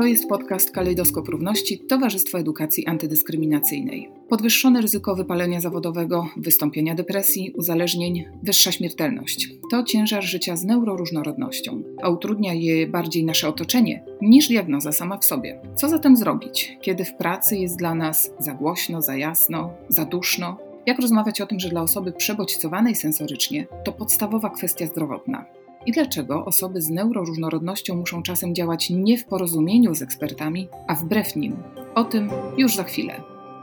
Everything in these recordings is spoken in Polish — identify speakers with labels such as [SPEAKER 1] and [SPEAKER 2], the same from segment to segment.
[SPEAKER 1] jest podcast Kalejdoskop Równości Towarzystwa Edukacji Antydyskryminacyjnej. Podwyższone ryzyko wypalenia zawodowego, wystąpienia depresji, uzależnień, wyższa śmiertelność. To ciężar życia z neuroróżnorodnością, a utrudnia je bardziej nasze otoczenie niż diagnoza sama w sobie. Co zatem zrobić, kiedy w pracy jest dla nas za głośno, za jasno, za duszno? Jak rozmawiać o tym, że dla osoby przebodźcowanej sensorycznie to podstawowa kwestia zdrowotna? I dlaczego osoby z neuroróżnorodnością muszą czasem działać nie w porozumieniu z ekspertami, a wbrew nim? O tym już za chwilę.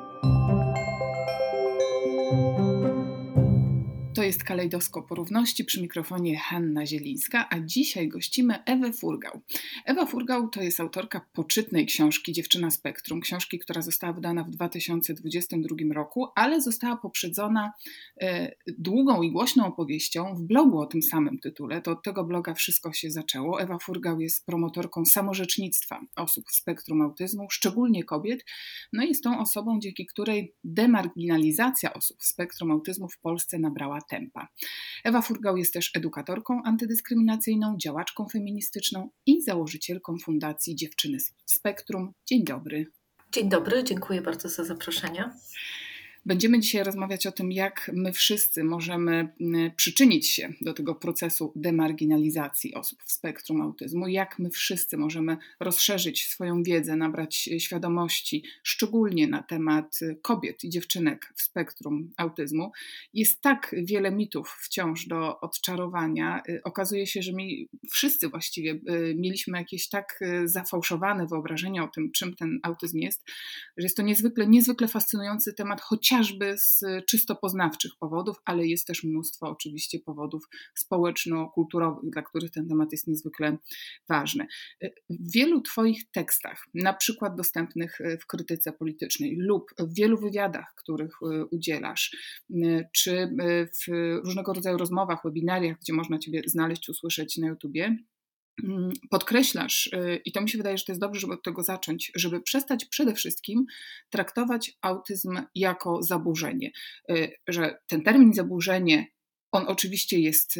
[SPEAKER 1] To jest Kalejdoskop Równości, przy mikrofonie Hanna Zielińska, a dzisiaj gościmy Ewę Furgał. Ewa Furgał to jest autorka poczytnej książki Dziewczyna Spektrum, książki, która została wydana w 2022 roku, ale została poprzedzona długą i głośną opowieścią w blogu o tym samym tytule. To od tego bloga wszystko się zaczęło. Ewa Furgał jest promotorką samorzecznictwa osób w spektrum autyzmu, szczególnie kobiet. No i jest tą osobą, dzięki której demarginalizacja osób w spektrum autyzmu w Polsce nabrała tempa. Ewa Furgał jest też edukatorką antydyskryminacyjną, działaczką feministyczną i założycielką Fundacji Dziewczyny Spektrum. Dzień dobry.
[SPEAKER 2] Dzień dobry, dziękuję bardzo za zaproszenie.
[SPEAKER 1] Będziemy dzisiaj rozmawiać o tym, jak my wszyscy możemy przyczynić się do tego procesu demarginalizacji osób w spektrum autyzmu, jak my wszyscy możemy rozszerzyć swoją wiedzę, nabrać świadomości, szczególnie na temat kobiet i dziewczynek w spektrum autyzmu. Jest tak wiele mitów wciąż do odczarowania. Okazuje się, że my wszyscy właściwie mieliśmy jakieś tak zafałszowane wyobrażenie o tym, czym ten autyzm jest, że jest to niezwykle fascynujący temat, chociażby z czysto poznawczych powodów, ale jest też mnóstwo oczywiście powodów społeczno-kulturowych, dla których ten temat jest niezwykle ważny. W wielu Twoich tekstach, na przykład dostępnych w krytyce politycznej lub w wielu wywiadach, których udzielasz, czy w różnego rodzaju rozmowach, webinariach, gdzie można Ciebie znaleźć, usłyszeć na YouTubie, podkreślasz, i to mi się wydaje, że to jest dobrze, żeby od tego zacząć, żeby przestać przede wszystkim traktować autyzm jako zaburzenie, że ten termin zaburzenie, on oczywiście jest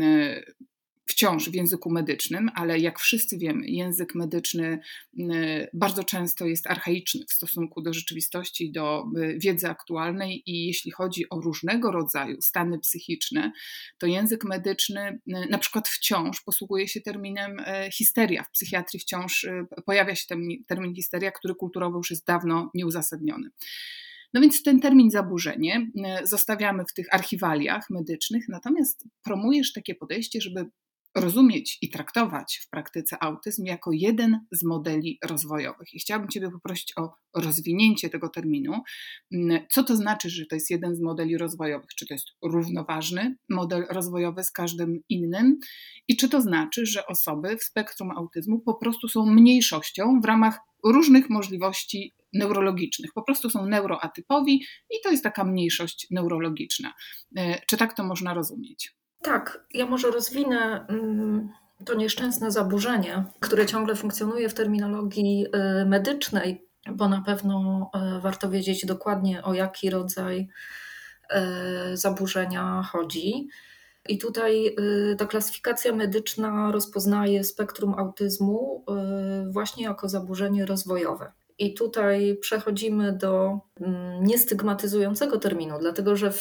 [SPEAKER 1] wciąż w języku medycznym, ale jak wszyscy wiemy, język medyczny bardzo często jest archaiczny w stosunku do rzeczywistości, do wiedzy aktualnej i jeśli chodzi o różnego rodzaju stany psychiczne, to język medyczny na przykład wciąż posługuje się terminem histeria. W psychiatrii wciąż pojawia się termin histeria, który kulturowo już jest dawno nieuzasadniony. No więc ten termin zaburzenie zostawiamy w tych archiwaliach medycznych, natomiast promujesz takie podejście, żeby rozumieć i traktować w praktyce autyzm jako jeden z modeli rozwojowych. I chciałabym Ciebie poprosić o rozwinięcie tego terminu. Co to znaczy, że to jest jeden z modeli rozwojowych? Czy to jest równoważny model rozwojowy z każdym innym? I czy to znaczy, że osoby w spektrum autyzmu po prostu są mniejszością w ramach różnych możliwości neurologicznych? Po prostu są neuroatypowi i to jest taka mniejszość neurologiczna. Czy tak to można rozumieć?
[SPEAKER 2] Tak, ja może rozwinę to nieszczęsne zaburzenie, które ciągle funkcjonuje w terminologii medycznej, bo na pewno warto wiedzieć dokładnie, o jaki rodzaj zaburzenia chodzi. I tutaj ta klasyfikacja medyczna rozpoznaje spektrum autyzmu właśnie jako zaburzenie rozwojowe. I tutaj przechodzimy do niestygmatyzującego terminu, dlatego że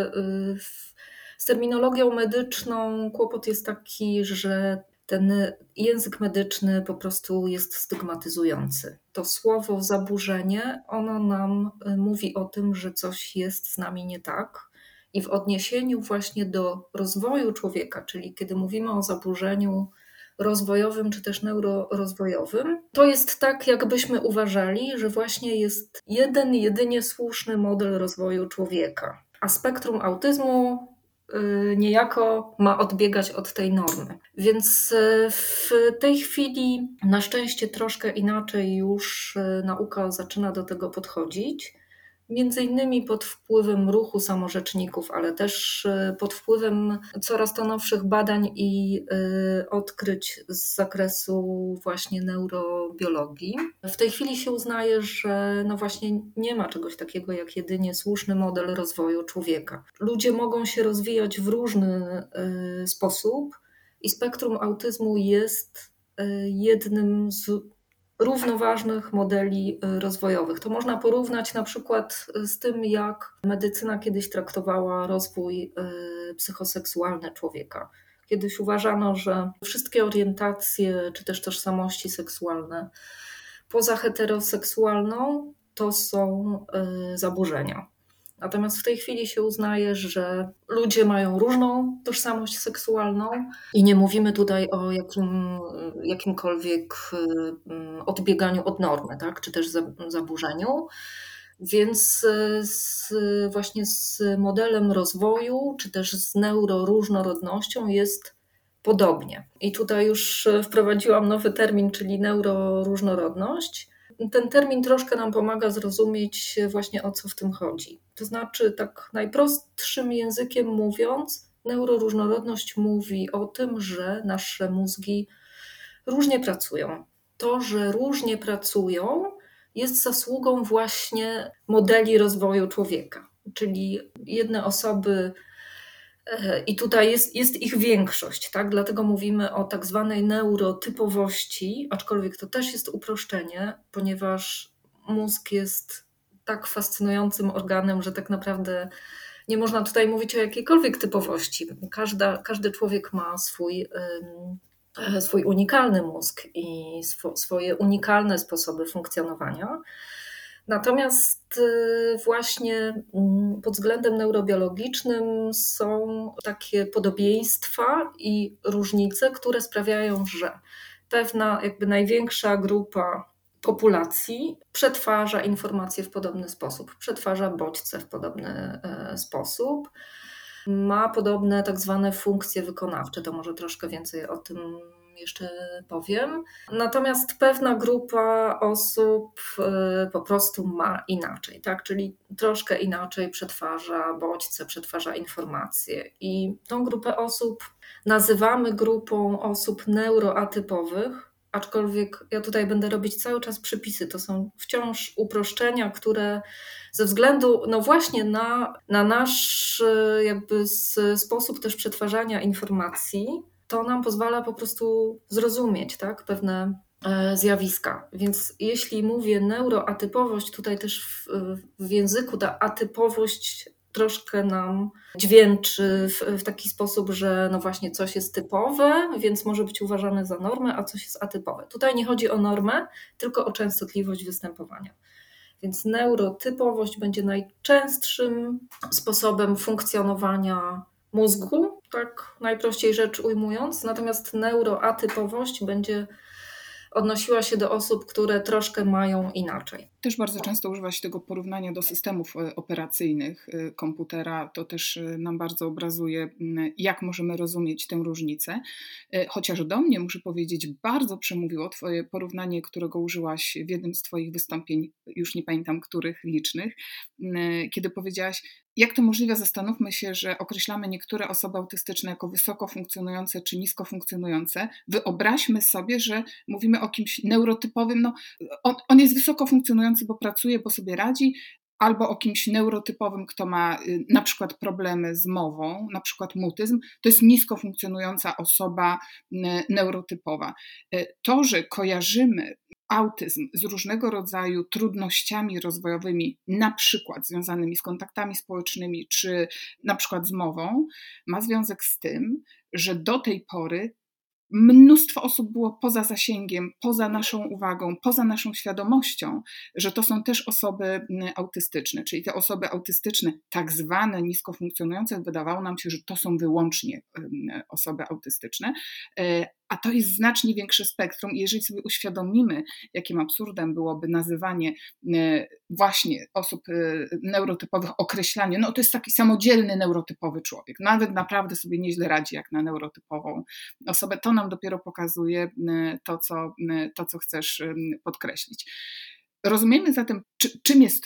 [SPEAKER 2] z terminologią medyczną kłopot jest taki, że ten język medyczny po prostu jest stygmatyzujący. To słowo zaburzenie, ono nam mówi o tym, że coś jest z nami nie tak. I w odniesieniu właśnie do rozwoju człowieka, czyli kiedy mówimy o zaburzeniu rozwojowym czy też neurorozwojowym, to jest tak, jakbyśmy uważali, że właśnie jest jeden, jedynie słuszny model rozwoju człowieka. A spektrum autyzmu niejako ma odbiegać od tej normy. Więc w tej chwili na szczęście troszkę inaczej już nauka zaczyna do tego podchodzić. Między innymi pod wpływem ruchu samorzeczników, ale też pod wpływem coraz to nowszych badań i odkryć z zakresu właśnie neurobiologii. W tej chwili się uznaje, że no właśnie nie ma czegoś takiego jak jedynie słuszny model rozwoju człowieka. Ludzie mogą się rozwijać w różny sposób i spektrum autyzmu jest jednym z równoważnych modeli rozwojowych. To można porównać na przykład z tym, jak medycyna kiedyś traktowała rozwój psychoseksualny człowieka. Kiedyś uważano, że wszystkie orientacje czy też tożsamości seksualne poza heteroseksualną to są zaburzenia. Natomiast w tej chwili się uznaje, że ludzie mają różną tożsamość seksualną i nie mówimy tutaj o jakimkolwiek odbieganiu od normy, tak? Czy też zaburzeniu. Więc właśnie z modelem rozwoju, czy też z neuroróżnorodnością jest podobnie. I tutaj już wprowadziłam nowy termin, czyli neuroróżnorodność. Ten termin troszkę nam pomaga zrozumieć właśnie, o co w tym chodzi. To znaczy, tak najprostszym językiem mówiąc, neuroróżnorodność mówi o tym, że nasze mózgi różnie pracują. To, że różnie pracują, jest zasługą właśnie modeli rozwoju człowieka. Czyli jedne osoby, i tutaj jest ich większość, tak? Dlatego mówimy o tak zwanej neurotypowości, aczkolwiek to też jest uproszczenie, ponieważ mózg jest tak fascynującym organem, że tak naprawdę nie można tutaj mówić o jakiejkolwiek typowości. Każdy człowiek ma swój unikalny mózg i swoje unikalne sposoby funkcjonowania. Natomiast właśnie pod względem neurobiologicznym są takie podobieństwa i różnice, które sprawiają, że pewna jakby największa grupa populacji przetwarza informacje w podobny sposób, przetwarza bodźce w podobny sposób, ma podobne tak zwane funkcje wykonawcze. To może troszkę więcej o tym jeszcze powiem. Natomiast pewna grupa osób po prostu ma inaczej, tak? Czyli troszkę inaczej przetwarza bodźce, przetwarza informacje. I tą grupę osób nazywamy grupą osób neuroatypowych, aczkolwiek ja tutaj będę robić cały czas przypisy. To są wciąż uproszczenia, które ze względu no właśnie na nasz jakby sposób też przetwarzania informacji, to nam pozwala po prostu zrozumieć, tak, pewne zjawiska. Więc jeśli mówię neuroatypowość, tutaj też w języku ta atypowość troszkę nam dźwięczy w taki sposób, że no właśnie coś jest typowe, więc może być uważane za normę, a coś jest atypowe. Tutaj nie chodzi o normę, tylko o częstotliwość występowania. Więc neurotypowość będzie najczęstszym sposobem funkcjonowania mózgu, tak najprościej rzecz ujmując, natomiast neuroatypowość będzie odnosiła się do osób, które troszkę mają inaczej.
[SPEAKER 1] Też bardzo często używa się tego porównania do systemów operacyjnych komputera. To też nam bardzo obrazuje, jak możemy rozumieć tę różnicę. Chociaż do mnie, muszę powiedzieć, bardzo przemówiło Twoje porównanie, którego użyłaś w jednym z Twoich wystąpień, już nie pamiętam których, licznych, kiedy powiedziałaś, jak to możliwe, zastanówmy się, że określamy niektóre osoby autystyczne jako wysoko funkcjonujące czy nisko funkcjonujące. Wyobraźmy sobie, że mówimy o kimś neurotypowym, no on jest wysoko funkcjonujący, bo pracuje, bo sobie radzi, albo o kimś neurotypowym, kto ma na przykład problemy z mową, na przykład mutyzm, to jest nisko funkcjonująca osoba neurotypowa. To, że kojarzymy autyzm z różnego rodzaju trudnościami rozwojowymi, na przykład związanymi z kontaktami społecznymi, czy na przykład z mową, ma związek z tym, że do tej pory mnóstwo osób było poza zasięgiem, poza naszą uwagą, poza naszą świadomością, że to są też osoby autystyczne, czyli te osoby autystyczne, tak zwane nisko funkcjonujące, wydawało nam się, że to są wyłącznie osoby autystyczne, a to jest znacznie większe spektrum i jeżeli sobie uświadomimy, jakim absurdem byłoby nazywanie właśnie osób neurotypowych, określanie, no to jest taki samodzielny neurotypowy człowiek, nawet naprawdę sobie nieźle radzi jak na neurotypową osobę, to nam dopiero pokazuje to, co chcesz podkreślić. Rozumiemy zatem, czym jest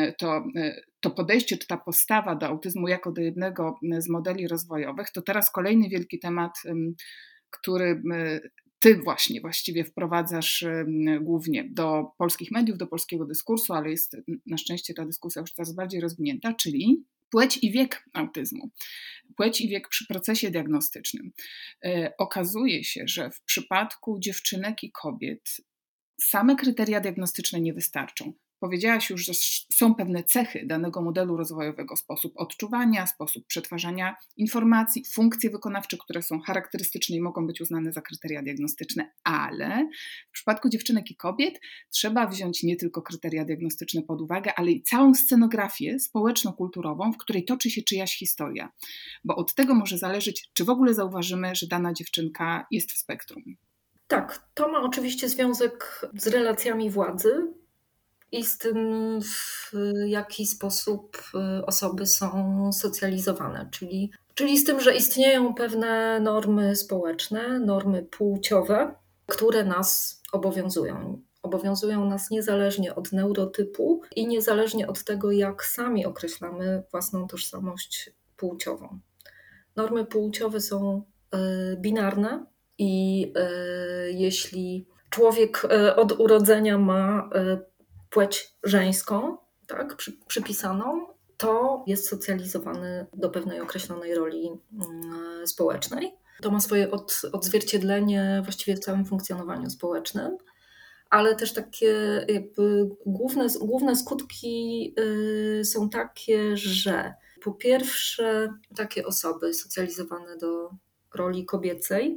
[SPEAKER 1] to podejście, czy ta postawa do autyzmu jako do jednego z modeli rozwojowych. To teraz kolejny wielki temat, który Ty właściwie wprowadzasz głównie do polskich mediów, do polskiego dyskursu, ale jest na szczęście ta dyskusja już coraz bardziej rozwinięta, czyli płeć i wiek autyzmu. Płeć i wiek przy procesie diagnostycznym. Okazuje się, że w przypadku dziewczynek i kobiet same kryteria diagnostyczne nie wystarczą. Powiedziałaś już, że są pewne cechy danego modelu rozwojowego, sposób odczuwania, sposób przetwarzania informacji, funkcje wykonawcze, które są charakterystyczne i mogą być uznane za kryteria diagnostyczne, ale w przypadku dziewczynek i kobiet trzeba wziąć nie tylko kryteria diagnostyczne pod uwagę, ale i całą scenografię społeczno-kulturową, w której toczy się czyjaś historia, bo od tego może zależeć, czy w ogóle zauważymy, że dana dziewczynka jest w spektrum.
[SPEAKER 2] Tak, to ma oczywiście związek z relacjami władzy i z tym, w jaki sposób osoby są socjalizowane, czyli z tym, że istnieją pewne normy społeczne, normy płciowe, które nas obowiązują. Obowiązują nas niezależnie od neurotypu i niezależnie od tego, jak sami określamy własną tożsamość płciową. Normy płciowe są binarne i jeśli człowiek od urodzenia ma płeć żeńską, tak, przypisaną, to jest socjalizowany do pewnej określonej roli społecznej. To ma swoje odzwierciedlenie właściwie w całym funkcjonowaniu społecznym, ale też takie jakby główne skutki są takie, że po pierwsze takie osoby socjalizowane do roli kobiecej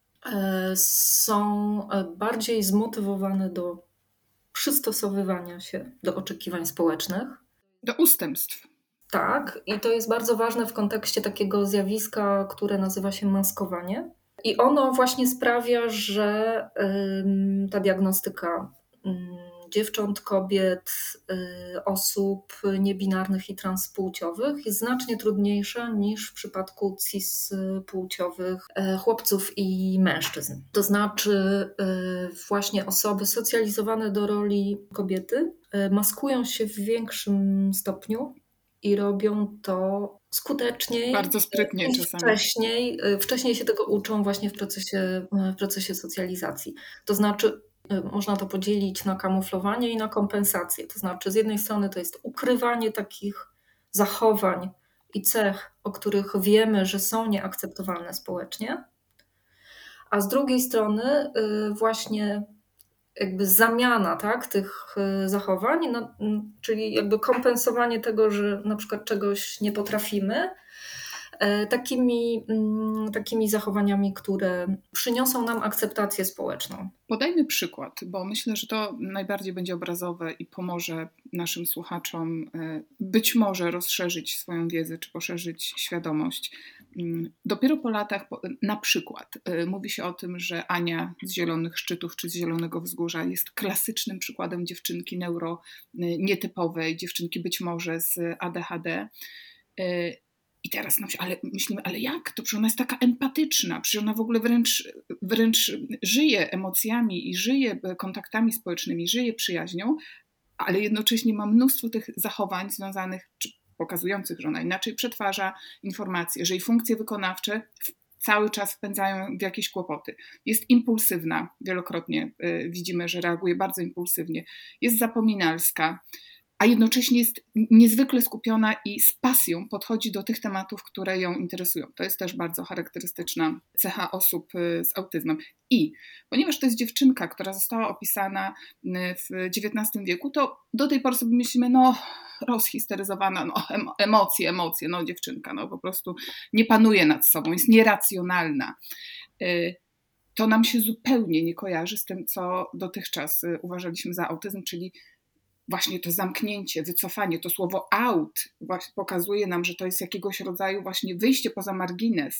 [SPEAKER 2] są bardziej zmotywowane do przystosowywania się do oczekiwań społecznych.
[SPEAKER 1] Do ustępstw.
[SPEAKER 2] Tak, i to jest bardzo ważne w kontekście takiego zjawiska, które nazywa się maskowanie. I ono właśnie sprawia, że ta diagnostyka dziewcząt, kobiet, osób niebinarnych i transpłciowych jest znacznie trudniejsza niż w przypadku cispłciowych chłopców i mężczyzn. To znaczy właśnie osoby socjalizowane do roli kobiety maskują się w większym stopniu i robią to skuteczniej.
[SPEAKER 1] Bardzo sprytnie czasami.
[SPEAKER 2] Wcześniej się tego uczą właśnie w procesie socjalizacji. To znaczy można to podzielić na kamuflowanie i na kompensację. To znaczy z jednej strony to jest ukrywanie takich zachowań i cech, o których wiemy, że są nieakceptowalne społecznie, a z drugiej strony właśnie jakby zamiana, tak, tych zachowań, czyli jakby kompensowanie tego, że na przykład czegoś nie potrafimy, takimi zachowaniami, które przyniosą nam akceptację społeczną.
[SPEAKER 1] Podajmy przykład, bo myślę, że to najbardziej będzie obrazowe i pomoże naszym słuchaczom być może rozszerzyć swoją wiedzę czy poszerzyć świadomość. Dopiero po latach, na przykład, mówi się o tym, że Ania z Zielonych Szczytów czy z Zielonego Wzgórza jest klasycznym przykładem dziewczynki nietypowej, dziewczynki być może z ADHD. I teraz myślimy, ale jak to? Przecież ona jest taka empatyczna, przecież ona w ogóle wręcz żyje emocjami i żyje kontaktami społecznymi, żyje przyjaźnią, ale jednocześnie ma mnóstwo tych zachowań związanych, czy pokazujących, że ona inaczej przetwarza informacje, że jej funkcje wykonawcze cały czas wpędzają w jakieś kłopoty. Jest impulsywna, wielokrotnie widzimy, że reaguje bardzo impulsywnie, jest zapominalska, a jednocześnie jest niezwykle skupiona i z pasją podchodzi do tych tematów, które ją interesują. To jest też bardzo charakterystyczna cecha osób z autyzmem. I ponieważ to jest dziewczynka, która została opisana w XIX wieku, to do tej pory sobie myślimy, rozhisteryzowana, emocje, dziewczynka, po prostu nie panuje nad sobą, jest nieracjonalna. To nam się zupełnie nie kojarzy z tym, co dotychczas uważaliśmy za autyzm, czyli właśnie to zamknięcie, wycofanie, to słowo out pokazuje nam, że to jest jakiegoś rodzaju właśnie wyjście poza margines.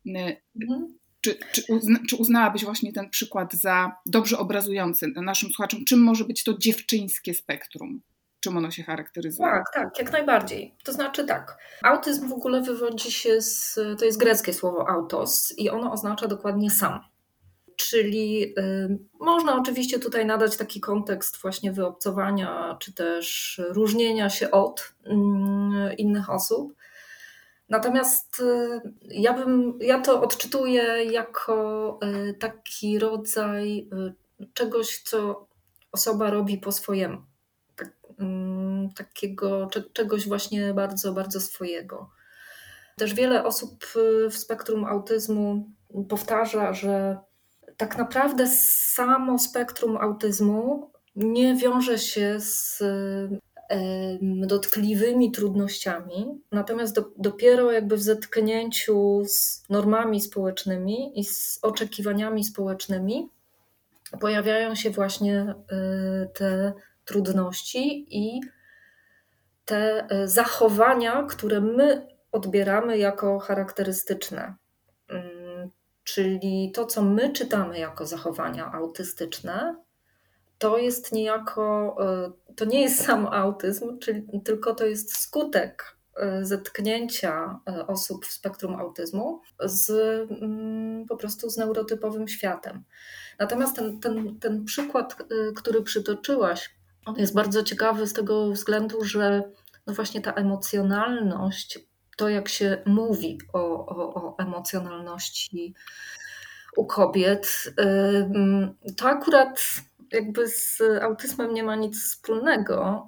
[SPEAKER 1] Czy uznałabyś właśnie ten przykład za dobrze obrazujący naszym słuchaczom, czym może być to dziewczyńskie spektrum? Czym ono się charakteryzuje?
[SPEAKER 2] Tak, jak najbardziej. To znaczy tak, autyzm w ogóle wywodzi się to jest greckie słowo autos i ono oznacza dokładnie sam. Czyli można oczywiście tutaj nadać taki kontekst właśnie wyobcowania, czy też różnienia się od innych osób. Natomiast ja to odczytuję jako taki rodzaj czegoś, co osoba robi po swojemu. Czegoś właśnie bardzo, bardzo swojego. Też wiele osób w spektrum autyzmu powtarza, że Tak naprawdę samo spektrum autyzmu nie wiąże się z dotkliwymi trudnościami, natomiast dopiero jakby w zetknięciu z normami społecznymi i z oczekiwaniami społecznymi pojawiają się właśnie te trudności i te zachowania, które my odbieramy jako charakterystyczne. Czyli to, co my czytamy jako zachowania autystyczne, to jest niejako, to nie jest sam autyzm, tylko to jest skutek zetknięcia osób w spektrum autyzmu po prostu z neurotypowym światem. Natomiast ten przykład, który przytoczyłaś, on jest bardzo ciekawy z tego względu, że no właśnie ta emocjonalność, to jak się mówi o emocjonalności u kobiet, to akurat jakby z autyzmem nie ma nic wspólnego.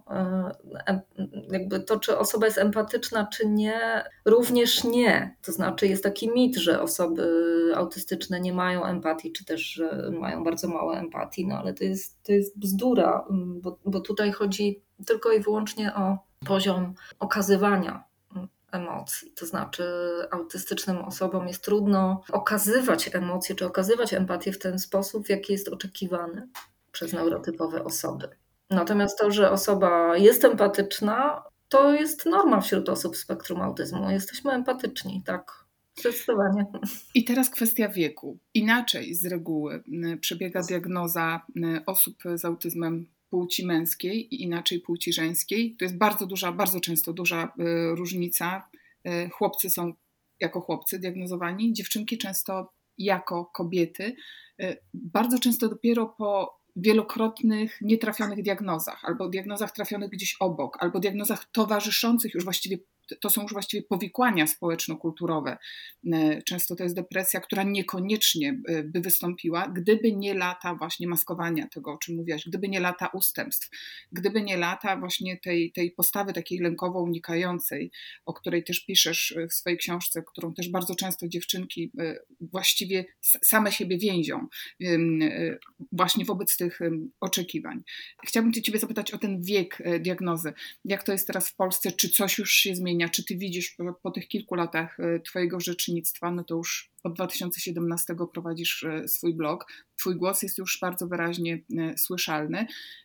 [SPEAKER 2] Jakby to, czy osoba jest empatyczna, czy nie, również nie. To znaczy jest taki mit, że osoby autystyczne nie mają empatii, czy też że mają bardzo mało empatii, no ale to jest bzdura, bo tutaj chodzi tylko i wyłącznie o poziom okazywania emocji. To znaczy autystycznym osobom jest trudno okazywać emocje, czy okazywać empatię w ten sposób, w jaki jest oczekiwany przez neurotypowe osoby. Natomiast to, że osoba jest empatyczna, to jest norma wśród osób w spektrum autyzmu. Jesteśmy empatyczni, tak, zdecydowanie.
[SPEAKER 1] I teraz kwestia wieku. Inaczej z reguły przebiega diagnoza osób z autyzmem płci męskiej i inaczej płci żeńskiej. To jest bardzo często duża różnica. Chłopcy są jako chłopcy diagnozowani, dziewczynki często jako kobiety. Bardzo często dopiero po wielokrotnych nietrafionych diagnozach, albo diagnozach trafionych gdzieś obok, albo diagnozach towarzyszących już właściwie, to są już właściwie powikłania społeczno-kulturowe. Często to jest depresja, która niekoniecznie by wystąpiła, gdyby nie lata właśnie maskowania tego, o czym mówiłaś, gdyby nie lata ustępstw, gdyby nie lata właśnie tej postawy takiej lękowo unikającej, o której też piszesz w swojej książce, którą też bardzo często dziewczynki właściwie same siebie więzią właśnie wobec tych oczekiwań. Chciałabym Ciebie zapytać o ten wiek diagnozy. Jak to jest teraz w Polsce? Czy coś już się zmienia? Czy Ty widzisz po tych kilku latach Twojego orzecznictwa, no to już od 2017 prowadzisz swój blog, Twój głos jest już bardzo wyraźnie słyszalny.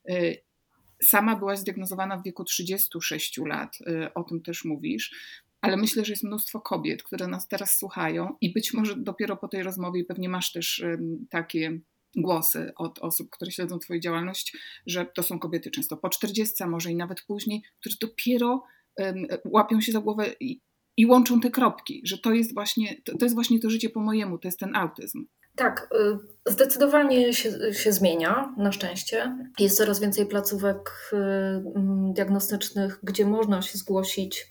[SPEAKER 1] Sama byłaś zdiagnozowana w wieku 36 lat, o tym też mówisz, ale myślę, że jest mnóstwo kobiet, które nas teraz słuchają i być może dopiero po tej rozmowie pewnie masz też takie głosy od osób, które śledzą Twoją działalność, że to są kobiety często po 40, może i nawet później, które dopiero łapią się za głowę i łączą te kropki, że to jest właśnie to życie po mojemu, to jest ten autyzm.
[SPEAKER 2] Tak, zdecydowanie się zmienia, na szczęście. Jest coraz więcej placówek diagnostycznych, gdzie można się zgłosić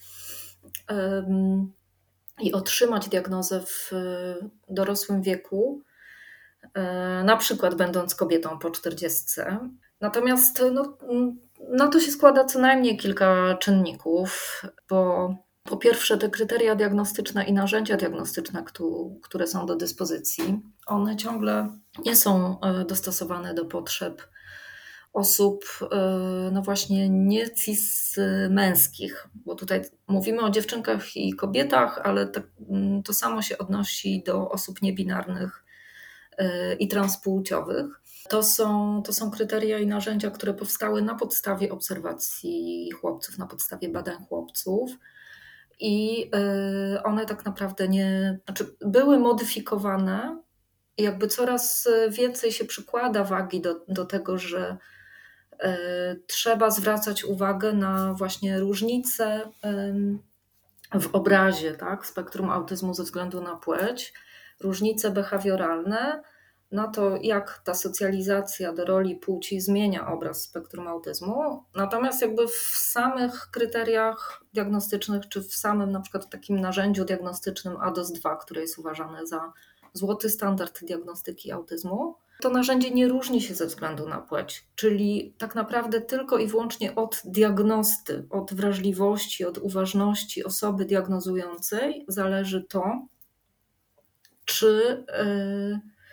[SPEAKER 2] i otrzymać diagnozę w dorosłym wieku, na przykład będąc kobietą po 40. Natomiast na to się składa co najmniej kilka czynników, bo po pierwsze te kryteria diagnostyczne i narzędzia diagnostyczne, które są do dyspozycji, one ciągle nie są dostosowane do potrzeb osób no właśnie nie cis męskich, bo tutaj mówimy o dziewczynkach i kobietach, ale to samo się odnosi do osób niebinarnych i transpłciowych. To są kryteria i narzędzia, które powstały na podstawie obserwacji chłopców, na podstawie badań chłopców i one tak naprawdę były modyfikowane i jakby coraz więcej się przykłada wagi do tego, że trzeba zwracać uwagę na właśnie różnice w obrazie, tak, spektrum autyzmu ze względu na płeć, różnice behawioralne, na to, jak ta socjalizacja do roli płci zmienia obraz spektrum autyzmu. Natomiast jakby w samych kryteriach diagnostycznych, czy w samym na przykład takim narzędziu diagnostycznym ADOS-2, które jest uważane za złoty standard diagnostyki autyzmu, to narzędzie nie różni się ze względu na płeć, czyli tak naprawdę tylko i wyłącznie od diagnosty, od wrażliwości, od uważności osoby diagnozującej zależy to, czy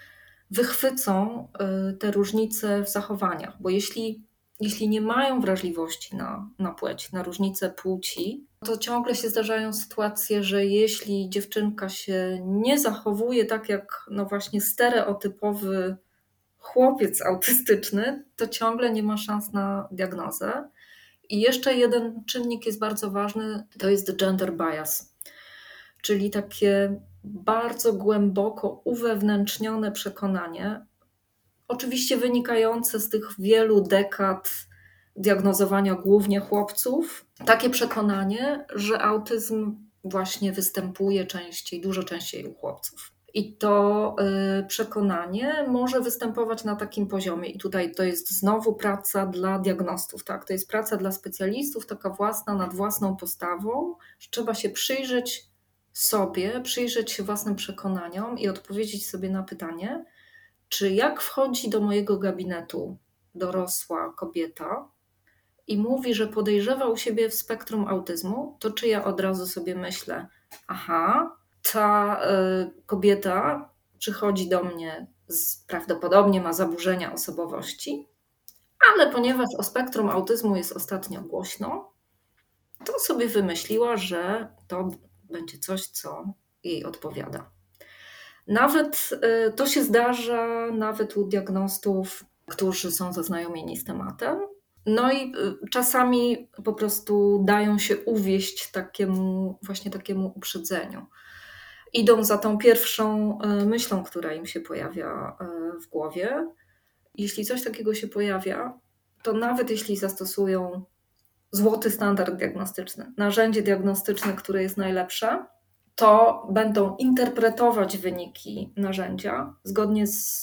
[SPEAKER 2] wychwycą te różnice w zachowaniach, bo jeśli nie mają wrażliwości na płeć, na różnice płci, to ciągle się zdarzają sytuacje, że jeśli dziewczynka się nie zachowuje tak jak no właśnie stereotypowy chłopiec autystyczny, to ciągle nie ma szans na diagnozę. I jeszcze jeden czynnik jest bardzo ważny, to jest gender bias, czyli takie bardzo głęboko uwewnętrznione przekonanie, oczywiście wynikające z tych wielu dekad diagnozowania głównie chłopców, takie przekonanie, że autyzm właśnie występuje częściej, dużo częściej u chłopców. I to przekonanie może występować na takim poziomie. I tutaj to jest znowu praca dla diagnostów, tak? To jest praca dla specjalistów, taka własna, nad własną postawą, że trzeba się przyjrzeć sobie, przyjrzeć się własnym przekonaniom i odpowiedzieć sobie na pytanie, czy jak wchodzi do mojego gabinetu dorosła kobieta i mówi, że podejrzewa u siebie w spektrum autyzmu, to czy ja od razu sobie myślę, aha, ta kobieta przychodzi do mnie, prawdopodobnie ma zaburzenia osobowości, ale ponieważ o spektrum autyzmu jest ostatnio głośno, to sobie wymyśliła, że to będzie coś, co jej odpowiada. Nawet to się zdarza nawet u diagnostów, którzy są zaznajomieni z tematem. No i czasami po prostu dają się uwieść takiemu uprzedzeniu. Idą za tą pierwszą myślą, która im się pojawia w głowie. Jeśli coś takiego się pojawia, to nawet jeśli zastosują złoty standard diagnostyczny, narzędzie diagnostyczne, które jest najlepsze, to będą interpretować wyniki narzędzia zgodnie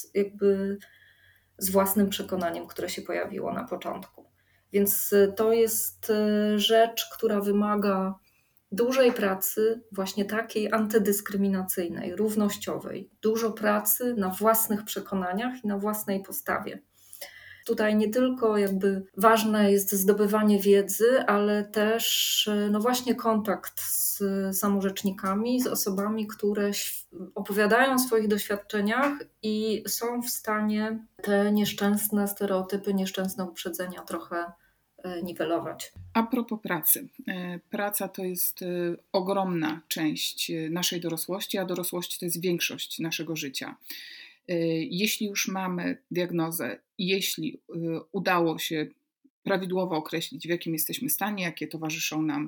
[SPEAKER 2] z własnym przekonaniem, które się pojawiło na początku. Więc to jest rzecz, która wymaga dużej pracy, właśnie takiej antydyskryminacyjnej, równościowej, dużo pracy na własnych przekonaniach i na własnej postawie. Tutaj nie tylko ważne jest zdobywanie wiedzy, ale też no właśnie kontakt z samorzecznikami, z osobami, które opowiadają o swoich doświadczeniach i są w stanie te nieszczęsne stereotypy, nieszczęsne uprzedzenia trochę niwelować.
[SPEAKER 1] A propos pracy. Praca to jest ogromna część naszej dorosłości, a dorosłość to jest większość naszego życia. Jeśli już mamy diagnozę, jeśli udało się prawidłowo określić, w jakim jesteśmy stanie, jakie towarzyszą nam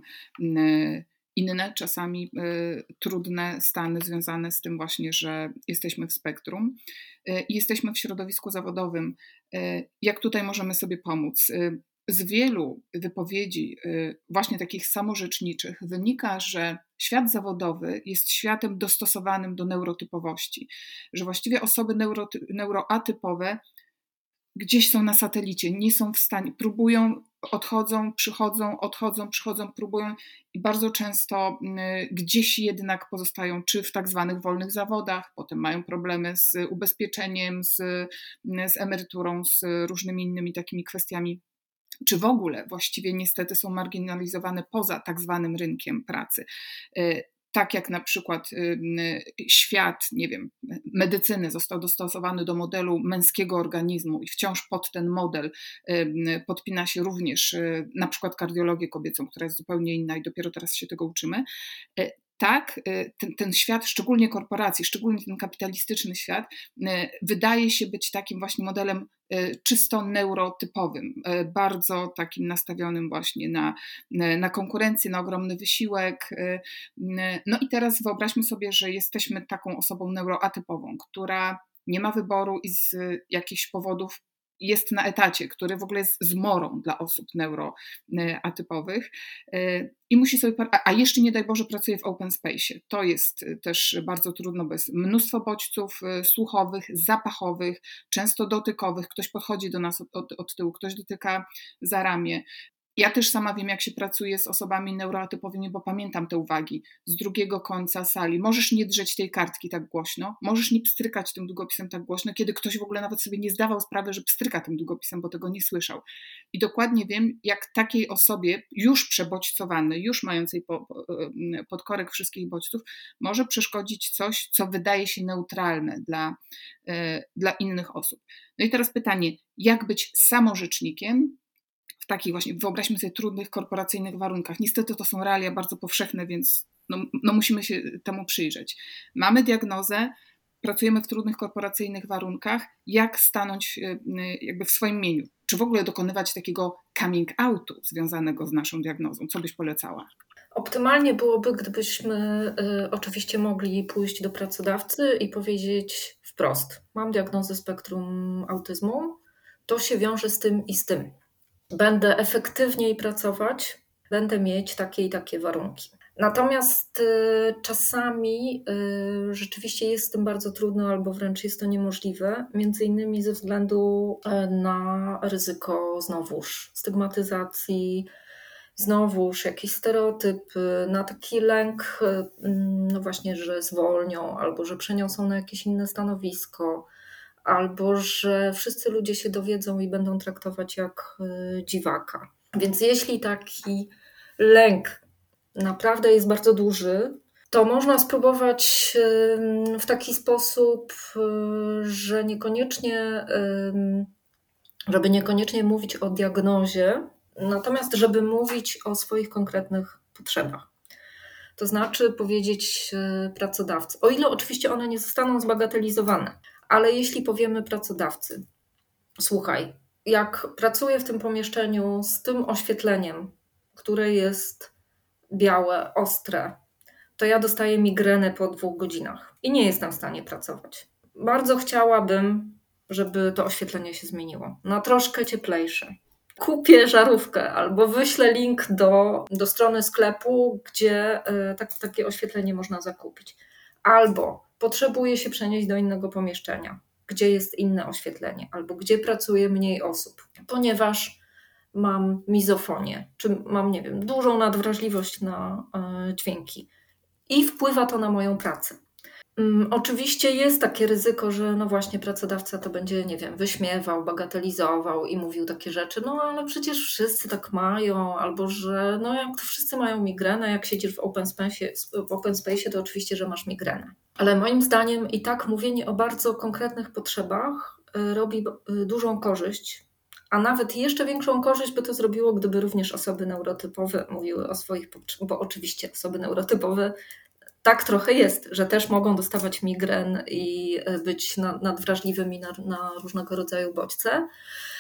[SPEAKER 1] inne, czasami trudne stany związane z tym właśnie, że jesteśmy w spektrum i jesteśmy w środowisku zawodowym, jak tutaj możemy sobie pomóc? Z wielu wypowiedzi właśnie takich samorzeczniczych wynika, że świat zawodowy jest światem dostosowanym do neurotypowości, że właściwie osoby neuroatypowe gdzieś są na satelicie, nie są w stanie, próbują, odchodzą, przychodzą, próbują i bardzo często gdzieś jednak pozostają, czy w tak zwanych wolnych zawodach, potem mają problemy z ubezpieczeniem, z emeryturą, z różnymi innymi takimi kwestiami, czy w ogóle właściwie niestety są marginalizowane poza tak zwanym rynkiem pracy. Tak jak na przykład świat, nie wiem, medycyny został dostosowany do modelu męskiego organizmu i wciąż pod ten model podpina się również na przykład kardiologię kobiecą, która jest zupełnie inna i dopiero teraz się tego uczymy. Tak, ten świat, szczególnie korporacji, szczególnie ten kapitalistyczny świat, wydaje się być takim właśnie modelem czysto neurotypowym, bardzo takim nastawionym właśnie na konkurencję, na ogromny wysiłek. No i teraz wyobraźmy sobie, że jesteśmy taką osobą neuroatypową, która nie ma wyboru i z jakichś powodów jest na etacie, który w ogóle jest zmorą dla osób neuroatypowych i musi sobie, a jeszcze nie daj Boże pracuje w open space. To jest też bardzo trudno, bo jest mnóstwo bodźców słuchowych, zapachowych, często dotykowych. Ktoś podchodzi do nas od tyłu, ktoś dotyka za ramię. Ja też sama wiem, jak się pracuje z osobami neuroatypowymi, bo pamiętam te uwagi z drugiego końca sali. Możesz nie drzeć tej kartki tak głośno, możesz nie pstrykać tym długopisem tak głośno, kiedy ktoś w ogóle nawet sobie nie zdawał sprawy, że pstryka tym długopisem, bo tego nie słyszał. I dokładnie wiem, jak takiej osobie już przebodźcowanej, już mającej podkorek wszystkich bodźców, może przeszkodzić coś, co wydaje się neutralne dla innych osób. No i teraz pytanie, jak być samorzecznikiem w takich właśnie, wyobraźmy sobie, trudnych korporacyjnych warunkach. Niestety to są realia bardzo powszechne, więc musimy się temu przyjrzeć. Mamy diagnozę, pracujemy w trudnych korporacyjnych warunkach. Jak stanąć jakby w swoim imieniu? Czy w ogóle dokonywać takiego coming outu związanego z naszą diagnozą? Co byś polecała?
[SPEAKER 2] Optymalnie byłoby, gdybyśmy oczywiście mogli pójść do pracodawcy i powiedzieć wprost: mam diagnozę spektrum autyzmu, to się wiąże z tym i z tym. Będę efektywniej pracować, będę mieć takie i takie warunki. Natomiast czasami rzeczywiście jest z tym bardzo trudno albo wręcz jest to niemożliwe, między innymi ze względu na ryzyko znowuż stygmatyzacji, znowuż jakiś stereotyp, na taki lęk, no właśnie, że zwolnią albo że przeniosą na jakieś inne stanowisko, albo że wszyscy ludzie się dowiedzą i będą traktować jak dziwaka. Więc jeśli taki lęk naprawdę jest bardzo duży, to można spróbować w taki sposób, że żeby niekoniecznie mówić o diagnozie, natomiast żeby mówić o swoich konkretnych potrzebach. To znaczy powiedzieć pracodawcy, o ile oczywiście one nie zostaną zbagatelizowane, ale jeśli powiemy pracodawcy: słuchaj, jak pracuję w tym pomieszczeniu z tym oświetleniem, które jest białe, ostre, to ja dostaję migrenę po 2 godzinach i nie jestem w stanie pracować. Bardzo chciałabym, żeby to oświetlenie się zmieniło na troszkę cieplejsze. Kupię żarówkę albo wyślę link do strony sklepu, gdzie takie oświetlenie można zakupić. Albo potrzebuję się przenieść do innego pomieszczenia, gdzie jest inne oświetlenie, albo gdzie pracuje mniej osób, ponieważ mam mizofonię, czy mam, nie wiem, dużą nadwrażliwość na dźwięki i wpływa to na moją pracę. Oczywiście jest takie ryzyko, że no właśnie pracodawca to będzie, nie wiem, wyśmiewał, bagatelizował i mówił takie rzeczy, no ale przecież wszyscy tak mają, albo że no jak to wszyscy mają migrenę, jak siedzisz w open space, to oczywiście, że masz migrenę. Ale moim zdaniem i tak mówienie o bardzo konkretnych potrzebach robi dużą korzyść, a nawet jeszcze większą korzyść by to zrobiło, gdyby również osoby neurotypowe mówiły o swoich potrzebach, bo oczywiście osoby neurotypowe tak trochę jest, że też mogą dostawać migren i być nadwrażliwymi na różnego rodzaju bodźce.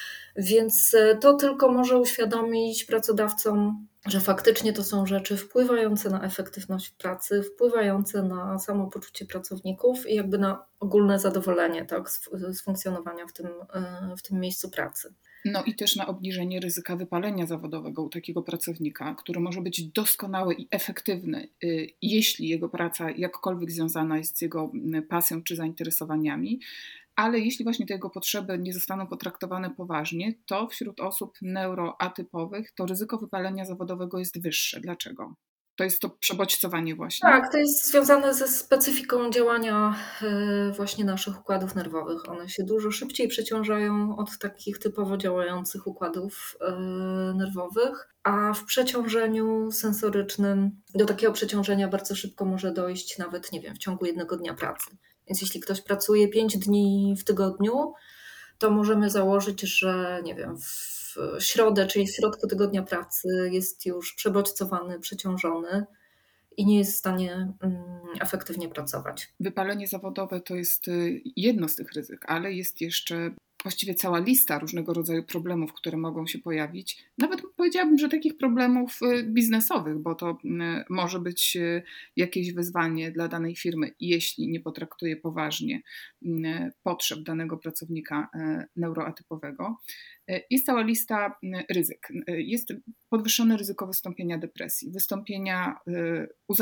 [SPEAKER 2] Więc to tylko może uświadomić pracodawcom, że faktycznie to są rzeczy wpływające na efektywność pracy, wpływające na samopoczucie pracowników i jakby na ogólne zadowolenie, tak, z funkcjonowania w tym miejscu pracy.
[SPEAKER 1] No i też na obniżenie ryzyka wypalenia zawodowego u takiego pracownika, który może być doskonały i efektywny, jeśli jego praca jakkolwiek związana jest z jego pasją czy zainteresowaniami, ale jeśli właśnie te jego potrzeby nie zostaną potraktowane poważnie, to wśród osób neuroatypowych to ryzyko wypalenia zawodowego jest wyższe. Dlaczego? To jest to przebodźcowanie właśnie?
[SPEAKER 2] Tak, to jest związane ze specyfiką działania właśnie naszych układów nerwowych. One się dużo szybciej przeciążają od takich typowo działających układów nerwowych, a w przeciążeniu sensorycznym do takiego przeciążenia bardzo szybko może dojść nawet, nie wiem, w ciągu 1 dnia pracy. Więc jeśli ktoś pracuje 5 dni w tygodniu, to możemy założyć, że nie wiem, w środę, czyli w środku tygodnia pracy jest już przebodźcowany, przeciążony i nie jest w stanie efektywnie pracować.
[SPEAKER 1] Wypalenie zawodowe to jest jedno z tych ryzyk, ale jest jeszcze właściwie cała lista różnego rodzaju problemów, które mogą się pojawić. Nawet powiedziałabym, że takich problemów biznesowych, bo to może być jakieś wyzwanie dla danej firmy, jeśli nie potraktuje poważnie potrzeb danego pracownika neuroatypowego. Jest cała lista ryzyk. Jest podwyższone ryzyko wystąpienia depresji, wystąpienia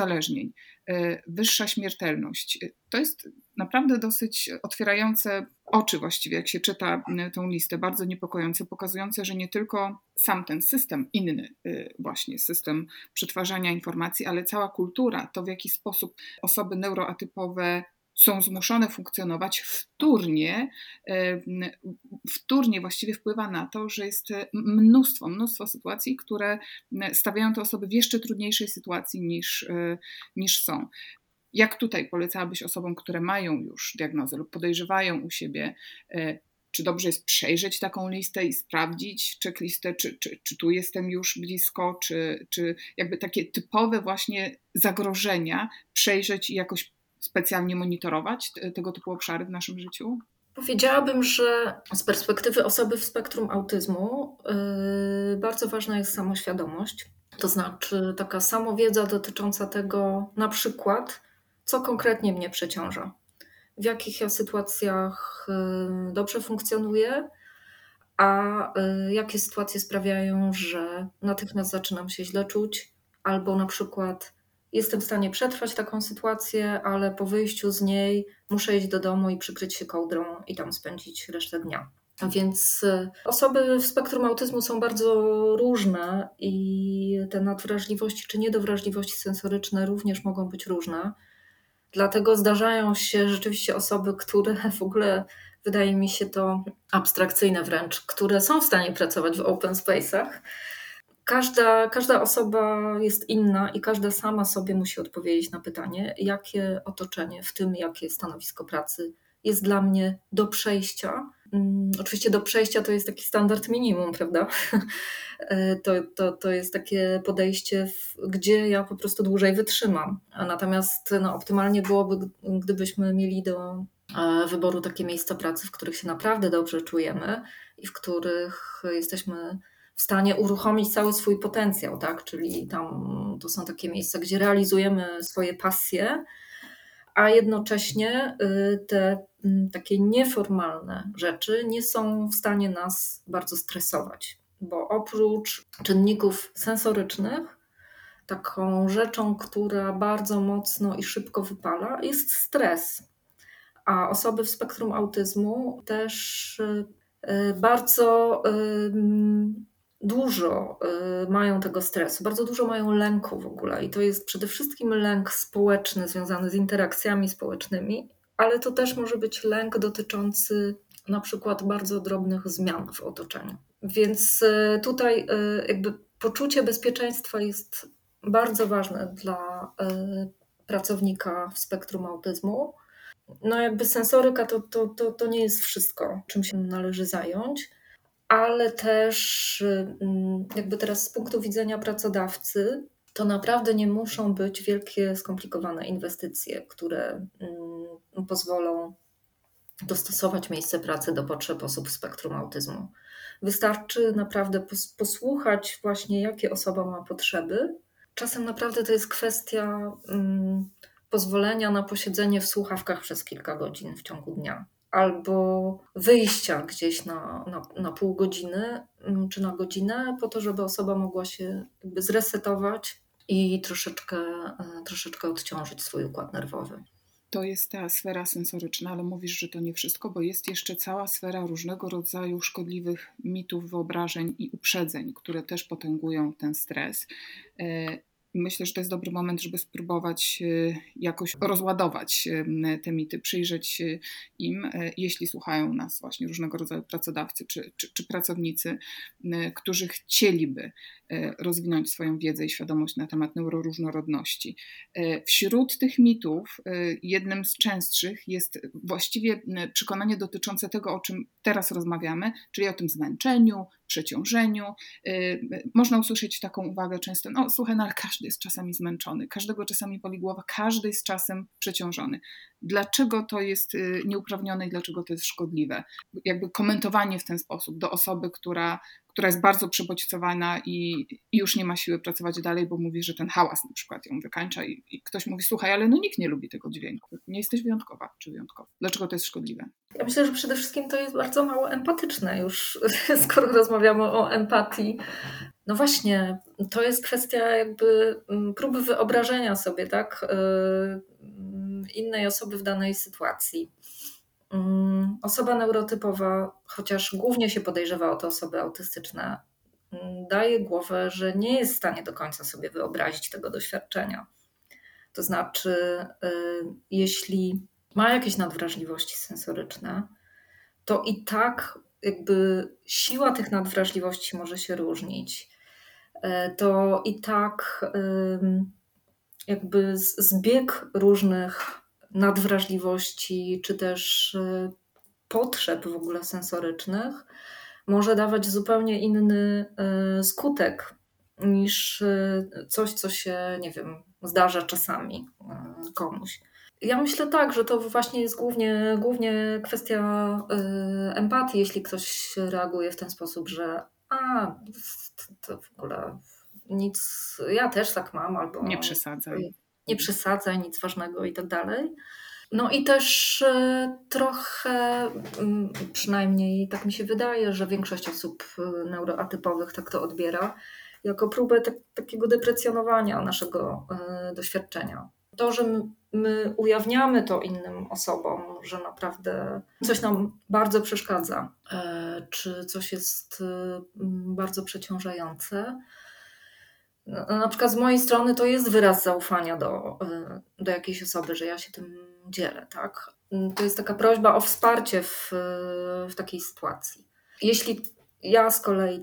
[SPEAKER 1] uzależnień, wyższa śmiertelność. To jest naprawdę dosyć otwierające oczy właściwie, jak się czyta tą listę, bardzo niepokojące, pokazujące, że nie tylko sam ten system inny, właśnie system przetwarzania informacji, ale cała kultura, to w jaki sposób osoby neuroatypowe są zmuszone funkcjonować, wtórnie właściwie wpływa na to, że jest mnóstwo sytuacji, które stawiają te osoby w jeszcze trudniejszej sytuacji niż są. Jak tutaj polecałabyś osobom, które mają już diagnozę lub podejrzewają u siebie, czy dobrze jest przejrzeć taką listę i sprawdzić checklistę, czy tu jestem już blisko, czy jakby takie typowe właśnie zagrożenia przejrzeć i jakoś specjalnie monitorować tego typu obszary w naszym życiu?
[SPEAKER 2] Powiedziałabym, że z perspektywy osoby w spektrum autyzmu bardzo ważna jest samoświadomość. To znaczy taka samowiedza dotycząca tego, na przykład, co konkretnie mnie przeciąża, w jakich ja sytuacjach dobrze funkcjonuję, a jakie sytuacje sprawiają, że natychmiast zaczynam się źle czuć, albo na przykład jestem w stanie przetrwać taką sytuację, ale po wyjściu z niej muszę iść do domu i przykryć się kołdrą i tam spędzić resztę dnia. Więc osoby w spektrum autyzmu są bardzo różne i te nadwrażliwości czy niedowrażliwości sensoryczne również mogą być różne. Dlatego zdarzają się rzeczywiście osoby, które w ogóle, wydaje mi się to abstrakcyjne wręcz, które są w stanie pracować w open space'ach. Każda osoba jest inna i każda sama sobie musi odpowiedzieć na pytanie, jakie otoczenie, w tym jakie stanowisko pracy jest dla mnie do przejścia. Oczywiście do przejścia to jest taki standard minimum, prawda? To jest takie podejście, gdzie ja po prostu dłużej wytrzymam. Natomiast optymalnie byłoby, gdybyśmy mieli do wyboru takie miejsca pracy, w których się naprawdę dobrze czujemy i w których jesteśmy w stanie uruchomić cały swój potencjał, tak? Czyli tam to są takie miejsca, gdzie realizujemy swoje pasje, a jednocześnie te takie nieformalne rzeczy nie są w stanie nas bardzo stresować, bo oprócz czynników sensorycznych, taką rzeczą, która bardzo mocno i szybko wypala, jest stres. A osoby w spektrum autyzmu też bardzo dużo mają tego stresu, bardzo dużo mają lęku w ogóle i to jest przede wszystkim lęk społeczny związany z interakcjami społecznymi, ale to też może być lęk dotyczący na przykład bardzo drobnych zmian w otoczeniu. Więc tutaj jakby poczucie bezpieczeństwa jest bardzo ważne dla pracownika w spektrum autyzmu. No jakby sensoryka to nie jest wszystko, czym się należy zająć, ale też jakby teraz z punktu widzenia pracodawcy to naprawdę nie muszą być wielkie, skomplikowane inwestycje, które pozwolą dostosować miejsce pracy do potrzeb osób w spektrum autyzmu. Wystarczy naprawdę posłuchać właśnie, jakie osoba ma potrzeby. Czasem naprawdę to jest kwestia pozwolenia na posiedzenie w słuchawkach przez kilka godzin w ciągu dnia. Albo wyjścia gdzieś na pół godziny czy na godzinę po to, żeby osoba mogła się jakby zresetować i troszeczkę odciążyć swój układ nerwowy.
[SPEAKER 1] To jest ta sfera sensoryczna, ale mówisz, że to nie wszystko, bo jest jeszcze cała sfera różnego rodzaju szkodliwych mitów, wyobrażeń i uprzedzeń, które też potęgują ten stres. Myślę, że to jest dobry moment, żeby spróbować jakoś rozładować te mity, przyjrzeć się im, jeśli słuchają nas właśnie różnego rodzaju pracodawcy czy pracownicy, którzy chcieliby rozwinąć swoją wiedzę i świadomość na temat neuroróżnorodności. Wśród tych mitów jednym z częstszych jest właściwie przekonanie dotyczące tego, o czym teraz rozmawiamy, czyli o tym zmęczeniu, przeciążeniu. Można usłyszeć taką uwagę często, no słuchaj, no ale każdy jest czasami zmęczony, każdego czasami boli głowa, każdy jest czasem przeciążony. Dlaczego to jest nieuprawnione i dlaczego to jest szkodliwe? Jakby komentowanie w ten sposób do osoby, która jest bardzo przebodźcowana i już nie ma siły pracować dalej, bo mówi, że ten hałas na przykład ją wykańcza i ktoś mówi, słuchaj, ale no nikt nie lubi tego dźwięku, nie jesteś wyjątkowa czy wyjątkowy. Dlaczego to jest szkodliwe?
[SPEAKER 2] Ja myślę, że przede wszystkim to jest bardzo mało empatyczne już, skoro rozmawiamy o empatii. No właśnie, to jest kwestia jakby próby wyobrażenia sobie, tak, innej osoby w danej sytuacji. Osoba neurotypowa, chociaż głównie się podejrzewa o to osoby autystyczne, daje głowę, że nie jest w stanie do końca sobie wyobrazić tego doświadczenia. To znaczy, jeśli ma jakieś nadwrażliwości sensoryczne, to i tak jakby siła tych nadwrażliwości może się różnić. To i tak jakby zbieg różnych nadwrażliwości, czy też potrzeb w ogóle sensorycznych może dawać zupełnie inny skutek niż coś, co się, nie wiem, zdarza czasami komuś. Ja myślę tak, że to właśnie jest głównie kwestia empatii, jeśli ktoś reaguje w ten sposób, że to w ogóle nic, ja też tak mam, albo
[SPEAKER 1] Nie przesadzaj.
[SPEAKER 2] nie przesadzaj, nic ważnego i tak dalej. No i też trochę, przynajmniej tak mi się wydaje, że większość osób neuroatypowych tak to odbiera, jako próbę takiego deprecjonowania naszego doświadczenia. To, że my ujawniamy to innym osobom, że naprawdę coś nam bardzo przeszkadza, czy coś jest bardzo przeciążające. No, na przykład z mojej strony to jest wyraz zaufania do jakiejś osoby, że ja się tym dzielę, tak? To jest taka prośba o wsparcie w takiej sytuacji. Jeśli ja z kolei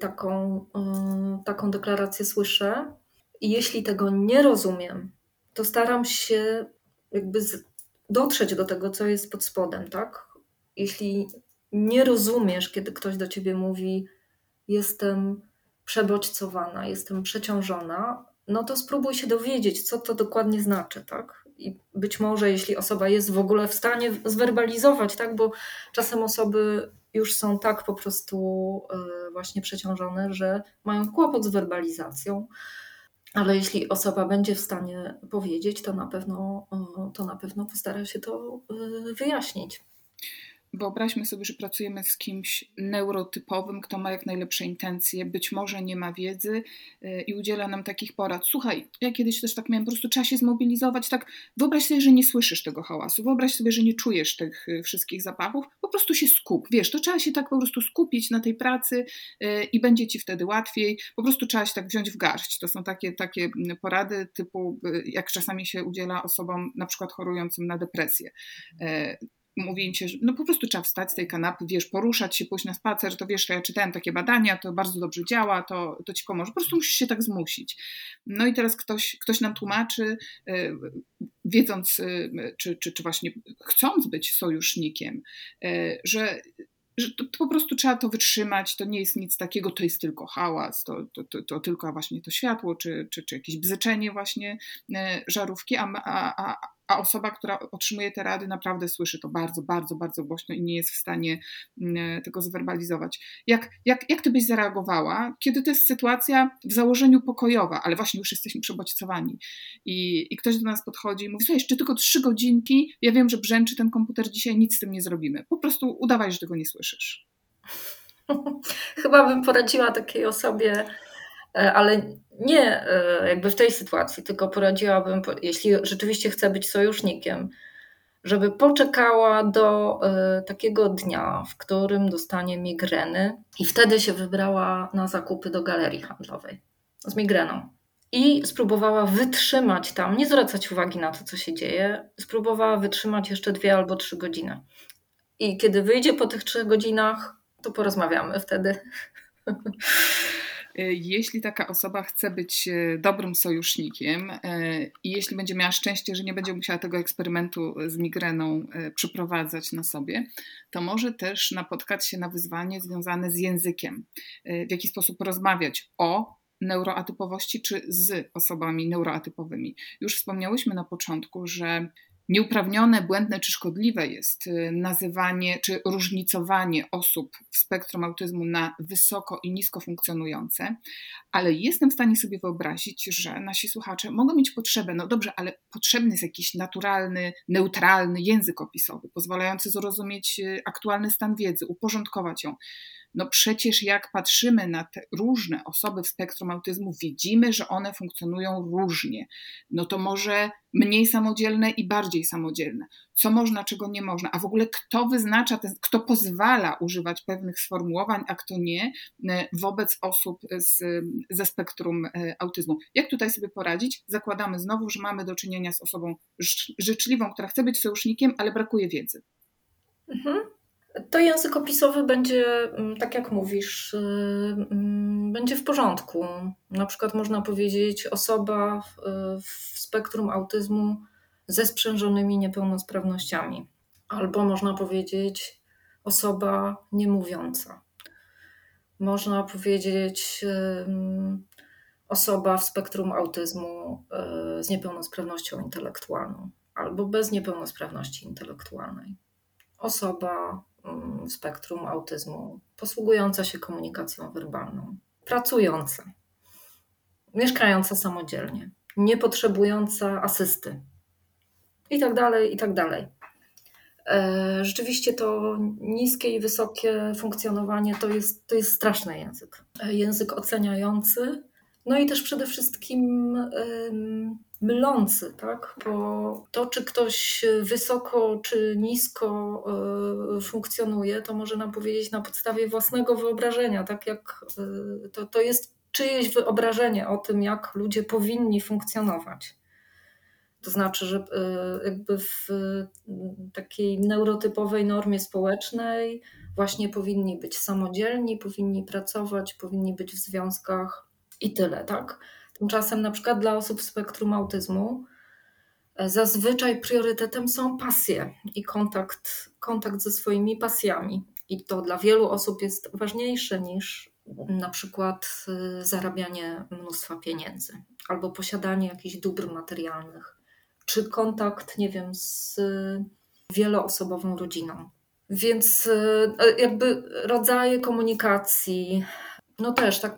[SPEAKER 2] taką deklarację słyszę i jeśli tego nie rozumiem, to staram się jakby dotrzeć do tego, co jest pod spodem, tak? Jeśli nie rozumiesz, kiedy ktoś do ciebie mówi, jestem przebodźcowana, jestem przeciążona, no to spróbuj się dowiedzieć, co to dokładnie znaczy, tak? I być może, jeśli osoba jest w ogóle w stanie zwerbalizować, tak? Bo czasem osoby już są tak po prostu właśnie przeciążone, że mają kłopot z werbalizacją, ale jeśli osoba będzie w stanie powiedzieć, to na pewno postara się to wyjaśnić.
[SPEAKER 1] Wyobraźmy sobie, że pracujemy z kimś neurotypowym, kto ma jak najlepsze intencje, być może nie ma wiedzy i udziela nam takich porad. Słuchaj, ja kiedyś też tak miałem, po prostu trzeba się zmobilizować, tak wyobraź sobie, że nie słyszysz tego hałasu, wyobraź sobie, że nie czujesz tych wszystkich zapachów, po prostu się skup, wiesz, to trzeba się tak po prostu skupić na tej pracy i będzie ci wtedy łatwiej, po prostu trzeba się tak wziąć w garść. To są takie porady typu, jak czasami się udziela osobom na przykład chorującym na depresję. Mówi im się, że no po prostu trzeba wstać z tej kanapy, wiesz, poruszać się, pójść na spacer, to wiesz, to ja czytałem takie badania, to bardzo dobrze działa, to ci pomoże. Po prostu musisz się tak zmusić. No i teraz ktoś nam tłumaczy, wiedząc, czy właśnie chcąc być sojusznikiem, że to po prostu trzeba to wytrzymać, to nie jest nic takiego, to jest tylko hałas, to tylko właśnie to światło, czy jakieś bzyczenie właśnie żarówki, a osoba, która otrzymuje te rady, naprawdę słyszy to bardzo, bardzo, bardzo głośno i nie jest w stanie tego zwerbalizować. Jak ty byś zareagowała, kiedy to jest sytuacja w założeniu pokojowa, ale właśnie już jesteśmy przebodźcowani i ktoś do nas podchodzi i mówi, słuchaj, jeszcze tylko 3 godzinki, ja wiem, że brzęczy ten komputer dzisiaj, nic z tym nie zrobimy. Po prostu udawaj, że tego nie słyszysz.
[SPEAKER 2] Chyba bym poradziła takiej osobie, ale nie jakby w tej sytuacji, tylko poradziłabym, jeśli rzeczywiście chce być sojusznikiem, żeby poczekała do takiego dnia, w którym dostanie migreny i wtedy się wybrała na zakupy do galerii handlowej z migreną. I spróbowała wytrzymać tam, nie zwracać uwagi na to, co się dzieje, spróbowała wytrzymać jeszcze 2 albo 3 godziny. I kiedy wyjdzie po tych 3 godzinach, to porozmawiamy wtedy.
[SPEAKER 1] Jeśli taka osoba chce być dobrym sojusznikiem i jeśli będzie miała szczęście, że nie będzie musiała tego eksperymentu z migreną przeprowadzać na sobie, to może też napotkać się na wyzwanie związane z językiem. W jaki sposób rozmawiać o neuroatypowości czy z osobami neuroatypowymi. Już wspomniałyśmy na początku, że nieuprawnione, błędne czy szkodliwe jest nazywanie czy różnicowanie osób w spektrum autyzmu na wysoko i nisko funkcjonujące, ale jestem w stanie sobie wyobrazić, że nasi słuchacze mogą mieć potrzebę, no dobrze, ale potrzebny jest jakiś naturalny, neutralny język opisowy, pozwalający zrozumieć aktualny stan wiedzy, uporządkować ją. No przecież jak patrzymy na te różne osoby w spektrum autyzmu, widzimy, że one funkcjonują różnie. No to może mniej samodzielne i bardziej samodzielne. Co można, czego nie można. A w ogóle kto wyznacza, kto pozwala używać pewnych sformułowań, a kto nie, wobec osób ze spektrum autyzmu. Jak tutaj sobie poradzić? Zakładamy znowu, że mamy do czynienia z osobą życzliwą, która chce być sojusznikiem, ale brakuje wiedzy.
[SPEAKER 2] To język opisowy będzie, tak jak mówisz, będzie w porządku. Na przykład można powiedzieć osoba w spektrum autyzmu ze sprzężonymi niepełnosprawnościami. Albo można powiedzieć osoba niemówiąca. Można powiedzieć osoba w spektrum autyzmu z niepełnosprawnością intelektualną albo bez niepełnosprawności intelektualnej. Osoba w spektrum autyzmu posługująca się komunikacją werbalną, pracująca, mieszkająca samodzielnie, nie potrzebująca asysty i tak dalej, i tak dalej. Rzeczywiście to niskie i wysokie funkcjonowanie to jest straszny język. Język oceniający, no i też przede wszystkim mylący, tak? Bo to, czy ktoś wysoko czy nisko funkcjonuje, to może nam powiedzieć na podstawie własnego wyobrażenia, tak jak to jest czyjeś wyobrażenie o tym, jak ludzie powinni funkcjonować. To znaczy, że jakby w takiej neurotypowej normie społecznej właśnie powinni być samodzielni, powinni pracować, powinni być w związkach i tyle, tak? Tymczasem na przykład dla osób w spektrum autyzmu zazwyczaj priorytetem są pasje i kontakt ze swoimi pasjami. I to dla wielu osób jest ważniejsze niż na przykład zarabianie mnóstwa pieniędzy albo posiadanie jakichś dóbr materialnych, czy kontakt, nie wiem, z wieloosobową rodziną. Więc jakby rodzaje komunikacji, no też tak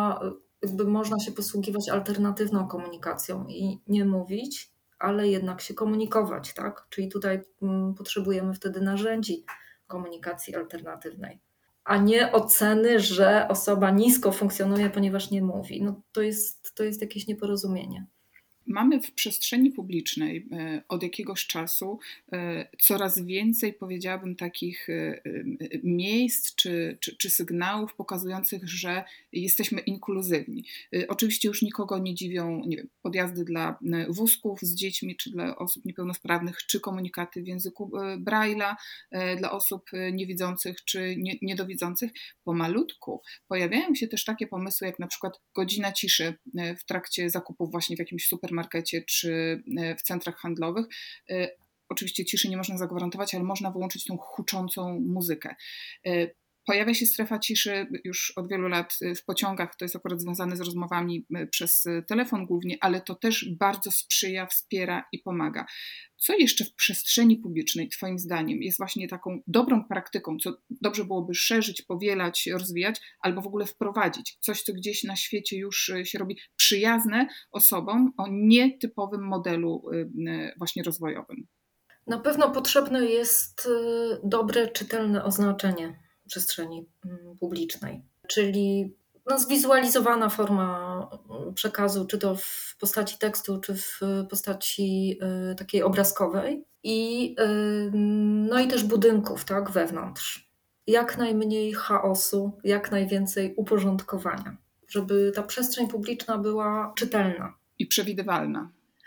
[SPEAKER 2] można się posługiwać alternatywną komunikacją i nie mówić, ale jednak się komunikować, tak? Czyli tutaj potrzebujemy wtedy narzędzi komunikacji alternatywnej, a nie oceny, że osoba nisko funkcjonuje, ponieważ nie mówi. No to jest jakieś nieporozumienie.
[SPEAKER 1] Mamy w przestrzeni publicznej od jakiegoś czasu coraz więcej, powiedziałabym, takich miejsc czy sygnałów pokazujących, że jesteśmy inkluzywni. Oczywiście już nikogo nie dziwią, nie wiem, podjazdy dla wózków z dziećmi, czy dla osób niepełnosprawnych, czy komunikaty w języku Braille'a dla osób niewidzących czy niedowidzących. Pomalutku pojawiają się też takie pomysły, jak na przykład godzina ciszy w trakcie zakupów właśnie w jakimś supermarkecie czy w centrach handlowych. Oczywiście ciszy nie można zagwarantować, ale można wyłączyć tą huczącą muzykę. Pojawia się strefa ciszy już od wielu lat w pociągach, to jest akurat związane z rozmowami przez telefon głównie, ale to też bardzo sprzyja, wspiera i pomaga. Co jeszcze w przestrzeni publicznej Twoim zdaniem jest właśnie taką dobrą praktyką, co dobrze byłoby szerzyć, powielać, rozwijać, albo w ogóle wprowadzić? Coś, co gdzieś na świecie już się robi przyjazne osobom o nietypowym modelu właśnie rozwojowym.
[SPEAKER 2] Na pewno potrzebne jest dobre, czytelne oznaczenie przestrzeni publicznej, czyli zwizualizowana forma przekazu, czy to w postaci tekstu, czy w postaci takiej obrazkowej i też budynków, tak, wewnątrz. Jak najmniej chaosu, jak najwięcej uporządkowania, żeby ta przestrzeń publiczna była czytelna.
[SPEAKER 1] I przewidywalna.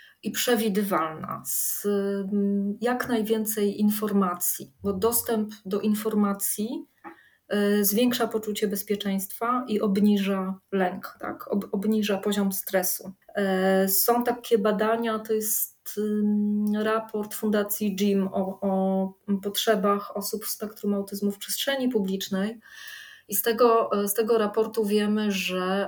[SPEAKER 2] Z jak najwięcej informacji, bo dostęp do informacji zwiększa poczucie bezpieczeństwa i obniża lęk, tak? Obniża poziom stresu. Są takie badania, to jest raport Fundacji JIM o potrzebach osób w spektrum autyzmu w przestrzeni publicznej. I z tego raportu wiemy, że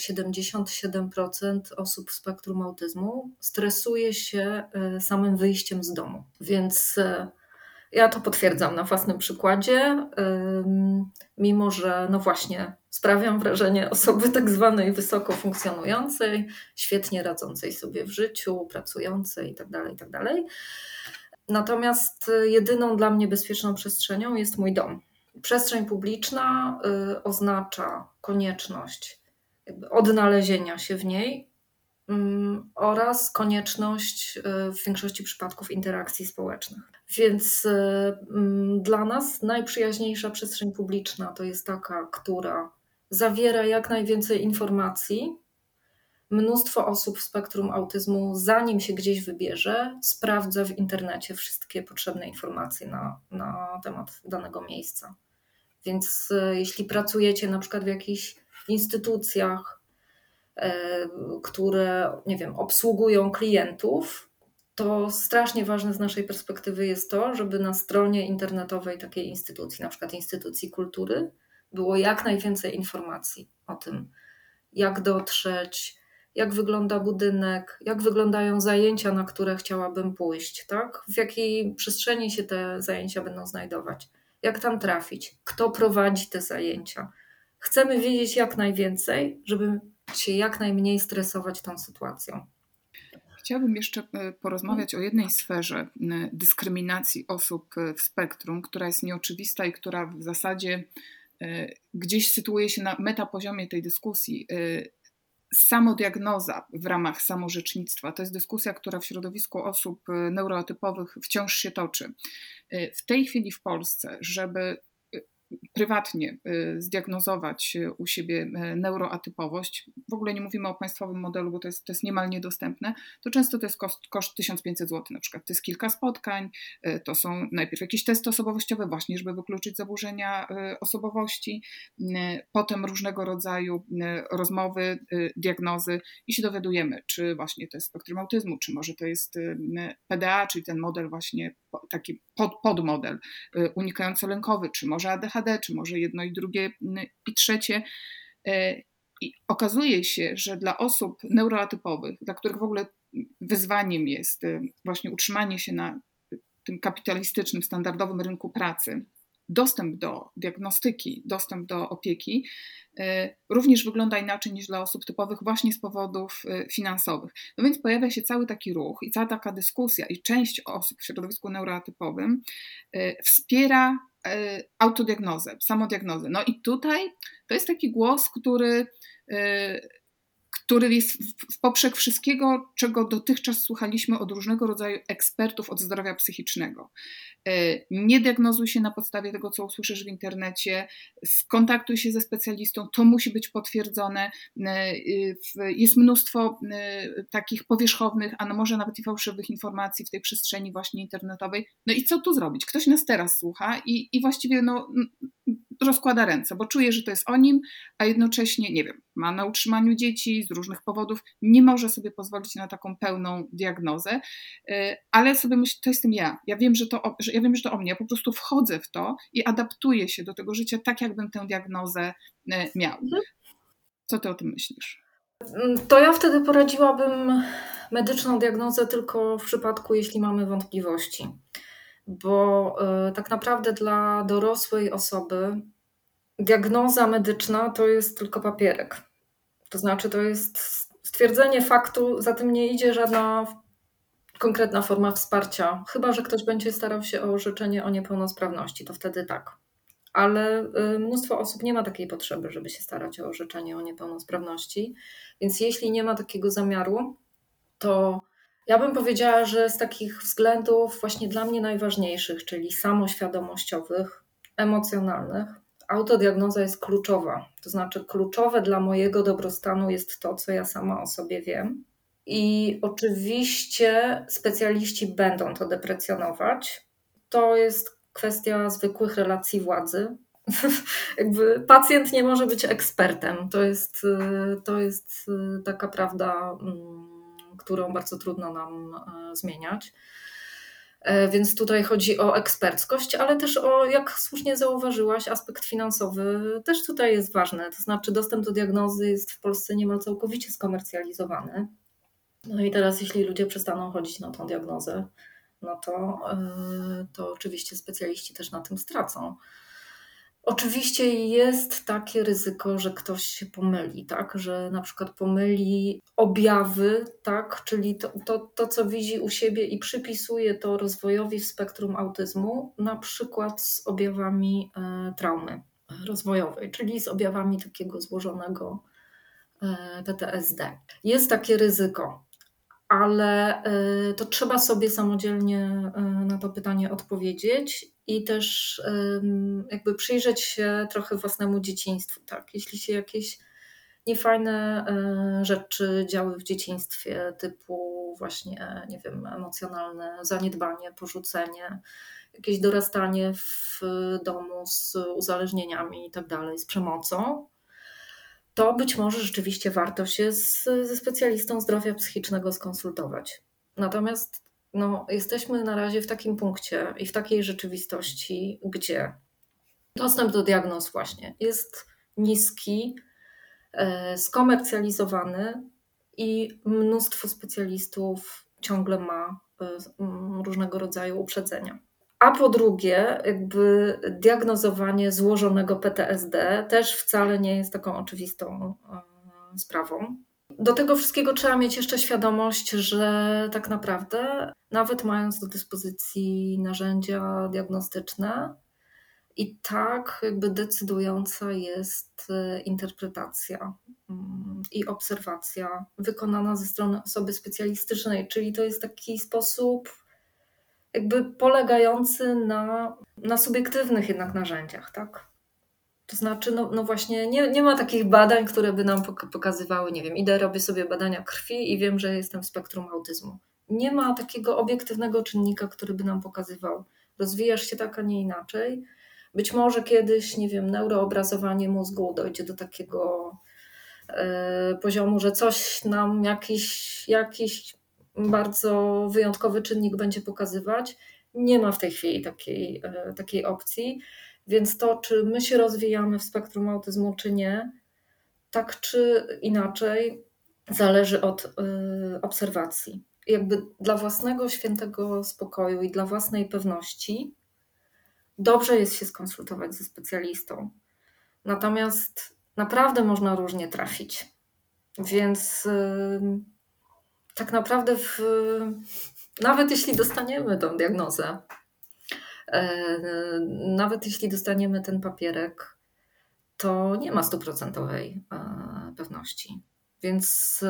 [SPEAKER 2] 77% osób w spektrum autyzmu stresuje się samym wyjściem z domu. Więc ja to potwierdzam na własnym przykładzie, mimo że no właśnie sprawiam wrażenie osoby tak zwanej wysoko funkcjonującej, świetnie radzącej sobie w życiu, pracującej itd. Natomiast jedyną dla mnie bezpieczną przestrzenią jest mój dom. Przestrzeń publiczna oznacza konieczność jakby odnalezienia się w niej oraz konieczność w większości przypadków interakcji społecznych. Więc dla nas najprzyjaźniejsza przestrzeń publiczna to jest taka, która zawiera jak najwięcej informacji. Mnóstwo osób w spektrum autyzmu, zanim się gdzieś wybierze, sprawdza w internecie wszystkie potrzebne informacje na temat danego miejsca. Więc jeśli pracujecie na przykład w jakichś instytucjach, które, nie wiem, obsługują klientów, to strasznie ważne z naszej perspektywy jest to, żeby na stronie internetowej takiej instytucji, na przykład instytucji kultury, było jak najwięcej informacji o tym, jak dotrzeć, jak wygląda budynek, jak wyglądają zajęcia, na które chciałabym pójść, tak? W jakiej przestrzeni się te zajęcia będą znajdować, jak tam trafić, kto prowadzi te zajęcia. Chcemy wiedzieć jak najwięcej, żeby się jak najmniej stresować tą sytuacją.
[SPEAKER 1] Chciałabym jeszcze porozmawiać o jednej sferze dyskryminacji osób w spektrum, która jest nieoczywista i która w zasadzie gdzieś sytuuje się na metapoziomie tej dyskusji. Samodiagnoza w ramach samorzecznictwa to jest dyskusja, która w środowisku osób neuroatypowych wciąż się toczy. W tej chwili w Polsce, żeby prywatnie zdiagnozować u siebie neuroatypowość, w ogóle nie mówimy o państwowym modelu, bo to jest niemal niedostępne, to często to jest koszt 1500 zł na przykład. To jest kilka spotkań, to są najpierw jakieś testy osobowościowe właśnie, żeby wykluczyć zaburzenia osobowości, potem różnego rodzaju rozmowy, diagnozy i się dowiadujemy, czy właśnie to jest spektrum autyzmu, czy może to jest PDA, czyli ten model właśnie taki podmodel unikająco-lękowy, czy może ADHD, czy może jedno i drugie i trzecie. I okazuje się, że dla osób neuroatypowych, dla których w ogóle wyzwaniem jest właśnie utrzymanie się na tym kapitalistycznym, standardowym rynku pracy, dostęp do diagnostyki, dostęp do opieki również wygląda inaczej niż dla osób typowych właśnie z powodów finansowych. No więc pojawia się cały taki ruch i cała taka dyskusja i część osób w środowisku neuroatypowym wspiera autodiagnozę, samodiagnozę. No i tutaj to jest taki głos, który jest w poprzek wszystkiego, czego dotychczas słuchaliśmy od różnego rodzaju ekspertów od zdrowia psychicznego. Nie diagnozuj się na podstawie tego, co usłyszysz w internecie, skontaktuj się ze specjalistą, to musi być potwierdzone. Jest mnóstwo takich powierzchownych, a no może nawet i fałszywych informacji w tej przestrzeni właśnie internetowej. No i co tu zrobić? Ktoś nas teraz słucha i właściwie rozkłada ręce, bo czuje, że to jest o nim, a jednocześnie, nie wiem, ma na utrzymaniu dzieci z różnych powodów, nie może sobie pozwolić na taką pełną diagnozę, ale sobie myślę, to jestem ja. Ja wiem, że to o mnie. Ja po prostu wchodzę w to i adaptuję się do tego życia tak, jakbym tę diagnozę miał. Co ty o tym myślisz?
[SPEAKER 2] To ja wtedy poradziłabym medyczną diagnozę tylko w przypadku, jeśli mamy wątpliwości. Bo tak naprawdę dla dorosłej osoby diagnoza medyczna to jest tylko papierek. To znaczy to jest stwierdzenie faktu, za tym nie idzie żadna konkretna forma wsparcia, chyba że ktoś będzie starał się o orzeczenie o niepełnosprawności, to wtedy tak. Ale mnóstwo osób nie ma takiej potrzeby, żeby się starać o orzeczenie o niepełnosprawności, więc jeśli nie ma takiego zamiaru, to ja bym powiedziała, że z takich względów właśnie dla mnie najważniejszych, czyli samoświadomościowych, emocjonalnych, autodiagnoza jest kluczowa. To znaczy kluczowe dla mojego dobrostanu jest to, co ja sama o sobie wiem. I oczywiście specjaliści będą to deprecjonować. To jest kwestia zwykłych relacji władzy. Jakby pacjent nie może być ekspertem. To jest taka prawda, którą bardzo trudno nam zmieniać. Więc tutaj chodzi o eksperckość, ale też o, jak słusznie zauważyłaś, aspekt finansowy też tutaj jest ważny. To znaczy dostęp do diagnozy jest w Polsce niemal całkowicie skomercjalizowany. No i teraz jeśli ludzie przestaną chodzić na tą diagnozę, no to oczywiście specjaliści też na tym stracą. Oczywiście jest takie ryzyko, że ktoś się pomyli, tak? Że na przykład pomyli objawy, tak? Czyli to, co widzi u siebie i przypisuje to rozwojowi w spektrum autyzmu, na przykład z objawami traumy rozwojowej, czyli z objawami takiego złożonego PTSD. Jest takie ryzyko, ale to trzeba sobie samodzielnie na to pytanie odpowiedzieć i też jakby przyjrzeć się trochę własnemu dzieciństwu. Tak? Jeśli się jakieś niefajne rzeczy działy w dzieciństwie, typu właśnie, nie wiem, emocjonalne zaniedbanie, porzucenie, jakieś dorastanie w domu z uzależnieniami i tak dalej, z przemocą, to być może rzeczywiście warto się ze specjalistą zdrowia psychicznego skonsultować. Natomiast jesteśmy na razie w takim punkcie i w takiej rzeczywistości, gdzie dostęp do diagnoz właśnie jest niski, skomercjalizowany i mnóstwo specjalistów ciągle ma różnego rodzaju uprzedzenia. A po drugie, jakby diagnozowanie złożonego PTSD też wcale nie jest taką oczywistą sprawą. Do tego wszystkiego trzeba mieć jeszcze świadomość, że tak naprawdę, nawet mając do dyspozycji narzędzia diagnostyczne, i tak jakby decydująca jest interpretacja i obserwacja wykonana ze strony osoby specjalistycznej, czyli to jest taki sposób jakby polegający na subiektywnych jednak narzędziach, tak? To znaczy, no właśnie, nie ma takich badań, które by nam pokazywały, nie wiem, idę, robię sobie badania krwi i wiem, że jestem w spektrum autyzmu. Nie ma takiego obiektywnego czynnika, który by nam pokazywał, rozwijasz się tak, a nie inaczej. Być może kiedyś, nie wiem, neuroobrazowanie mózgu dojdzie do takiego poziomu, że coś nam jakiś bardzo wyjątkowy czynnik będzie pokazywać. Nie ma w tej chwili takiej opcji, więc to, czy my się rozwijamy w spektrum autyzmu, czy nie, tak czy inaczej, zależy od obserwacji. Jakby dla własnego świętego spokoju i dla własnej pewności dobrze jest się skonsultować ze specjalistą. Natomiast naprawdę można różnie trafić. Więc tak naprawdę nawet jeśli dostaniemy tą diagnozę, nawet jeśli dostaniemy ten papierek, to nie ma 100% pewności. Więc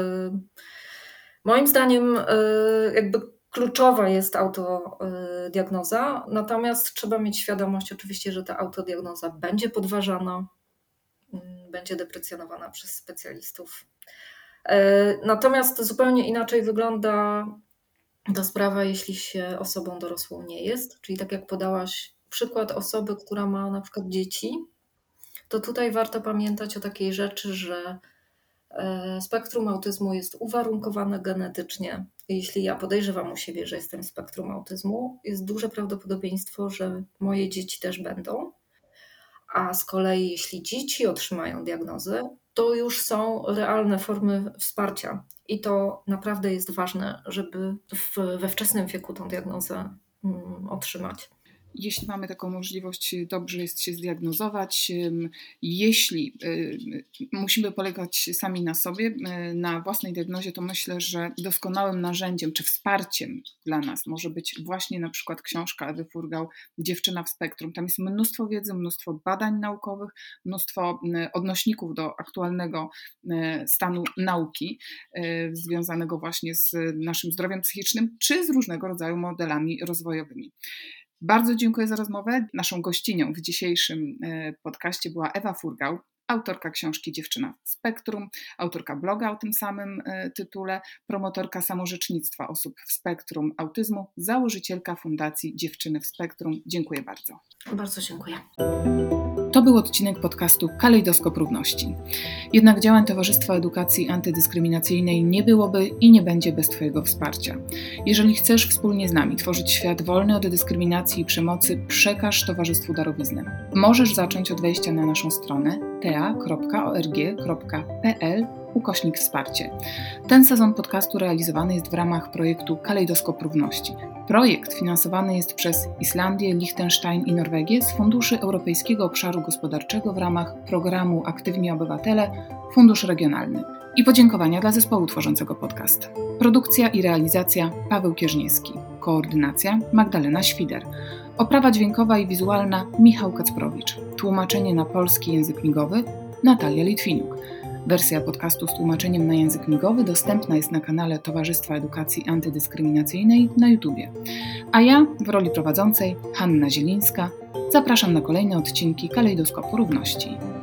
[SPEAKER 2] moim zdaniem jakby kluczowa jest autodiagnoza, natomiast trzeba mieć świadomość oczywiście, że ta autodiagnoza będzie podważana, będzie deprecjonowana przez specjalistów. Natomiast zupełnie inaczej wygląda ta sprawa, jeśli się osobą dorosłą nie jest. Czyli tak jak podałaś przykład osoby, która ma na przykład dzieci, to tutaj warto pamiętać o takiej rzeczy, że spektrum autyzmu jest uwarunkowane genetycznie. Jeśli ja podejrzewam u siebie, że jestem w spektrum autyzmu, jest duże prawdopodobieństwo, że moje dzieci też będą. A z kolei jeśli dzieci otrzymają diagnozę, to już są realne formy wsparcia. I to naprawdę jest ważne, żeby we wczesnym wieku tą diagnozę otrzymać.
[SPEAKER 1] Jeśli mamy taką możliwość, dobrze jest się zdiagnozować. Jeśli musimy polegać sami na sobie, na własnej diagnozie, to myślę, że doskonałym narzędziem czy wsparciem dla nas może być właśnie na przykład książka Ewy Furgał Dziewczyna w spektrum. Tam jest mnóstwo wiedzy, mnóstwo badań naukowych, mnóstwo odnośników do aktualnego stanu nauki związanego właśnie z naszym zdrowiem psychicznym czy z różnego rodzaju modelami rozwojowymi. Bardzo dziękuję za rozmowę. Naszą gościnią w dzisiejszym podcaście była Ewa Furgał, autorka książki Dziewczyna w spektrum, autorka bloga o tym samym tytule, promotorka samorzecznictwa osób w spektrum autyzmu, założycielka Fundacji Dziewczyny w spektrum. Dziękuję bardzo.
[SPEAKER 2] Bardzo dziękuję.
[SPEAKER 1] To był odcinek podcastu Kalejdoskop Równości. Jednak działań Towarzystwa Edukacji Antydyskryminacyjnej nie byłoby i nie będzie bez Twojego wsparcia. Jeżeli chcesz wspólnie z nami tworzyć świat wolny od dyskryminacji i przemocy, przekaż Towarzystwu darowiznę. Możesz zacząć od wejścia na naszą stronę tea.org.pl /wsparcie. Ten sezon podcastu realizowany jest w ramach projektu Kalejdoskop Równości. Projekt finansowany jest przez Islandię, Liechtenstein i Norwegię z funduszy Europejskiego Obszaru Gospodarczego w ramach programu Aktywni Obywatele Fundusz Regionalny. I podziękowania dla zespołu tworzącego podcast. Produkcja i realizacja Paweł Kierzniewski. Koordynacja Magdalena Świder. Oprawa dźwiękowa i wizualna Michał Kacprowicz. Tłumaczenie na polski język migowy Natalia Litwinuk. Wersja podcastu z tłumaczeniem na język migowy dostępna jest na kanale Towarzystwa Edukacji Antydyskryminacyjnej na YouTubie. A ja, w roli prowadzącej, Hanna Zielińska, zapraszam na kolejne odcinki Kalejdoskopu Równości.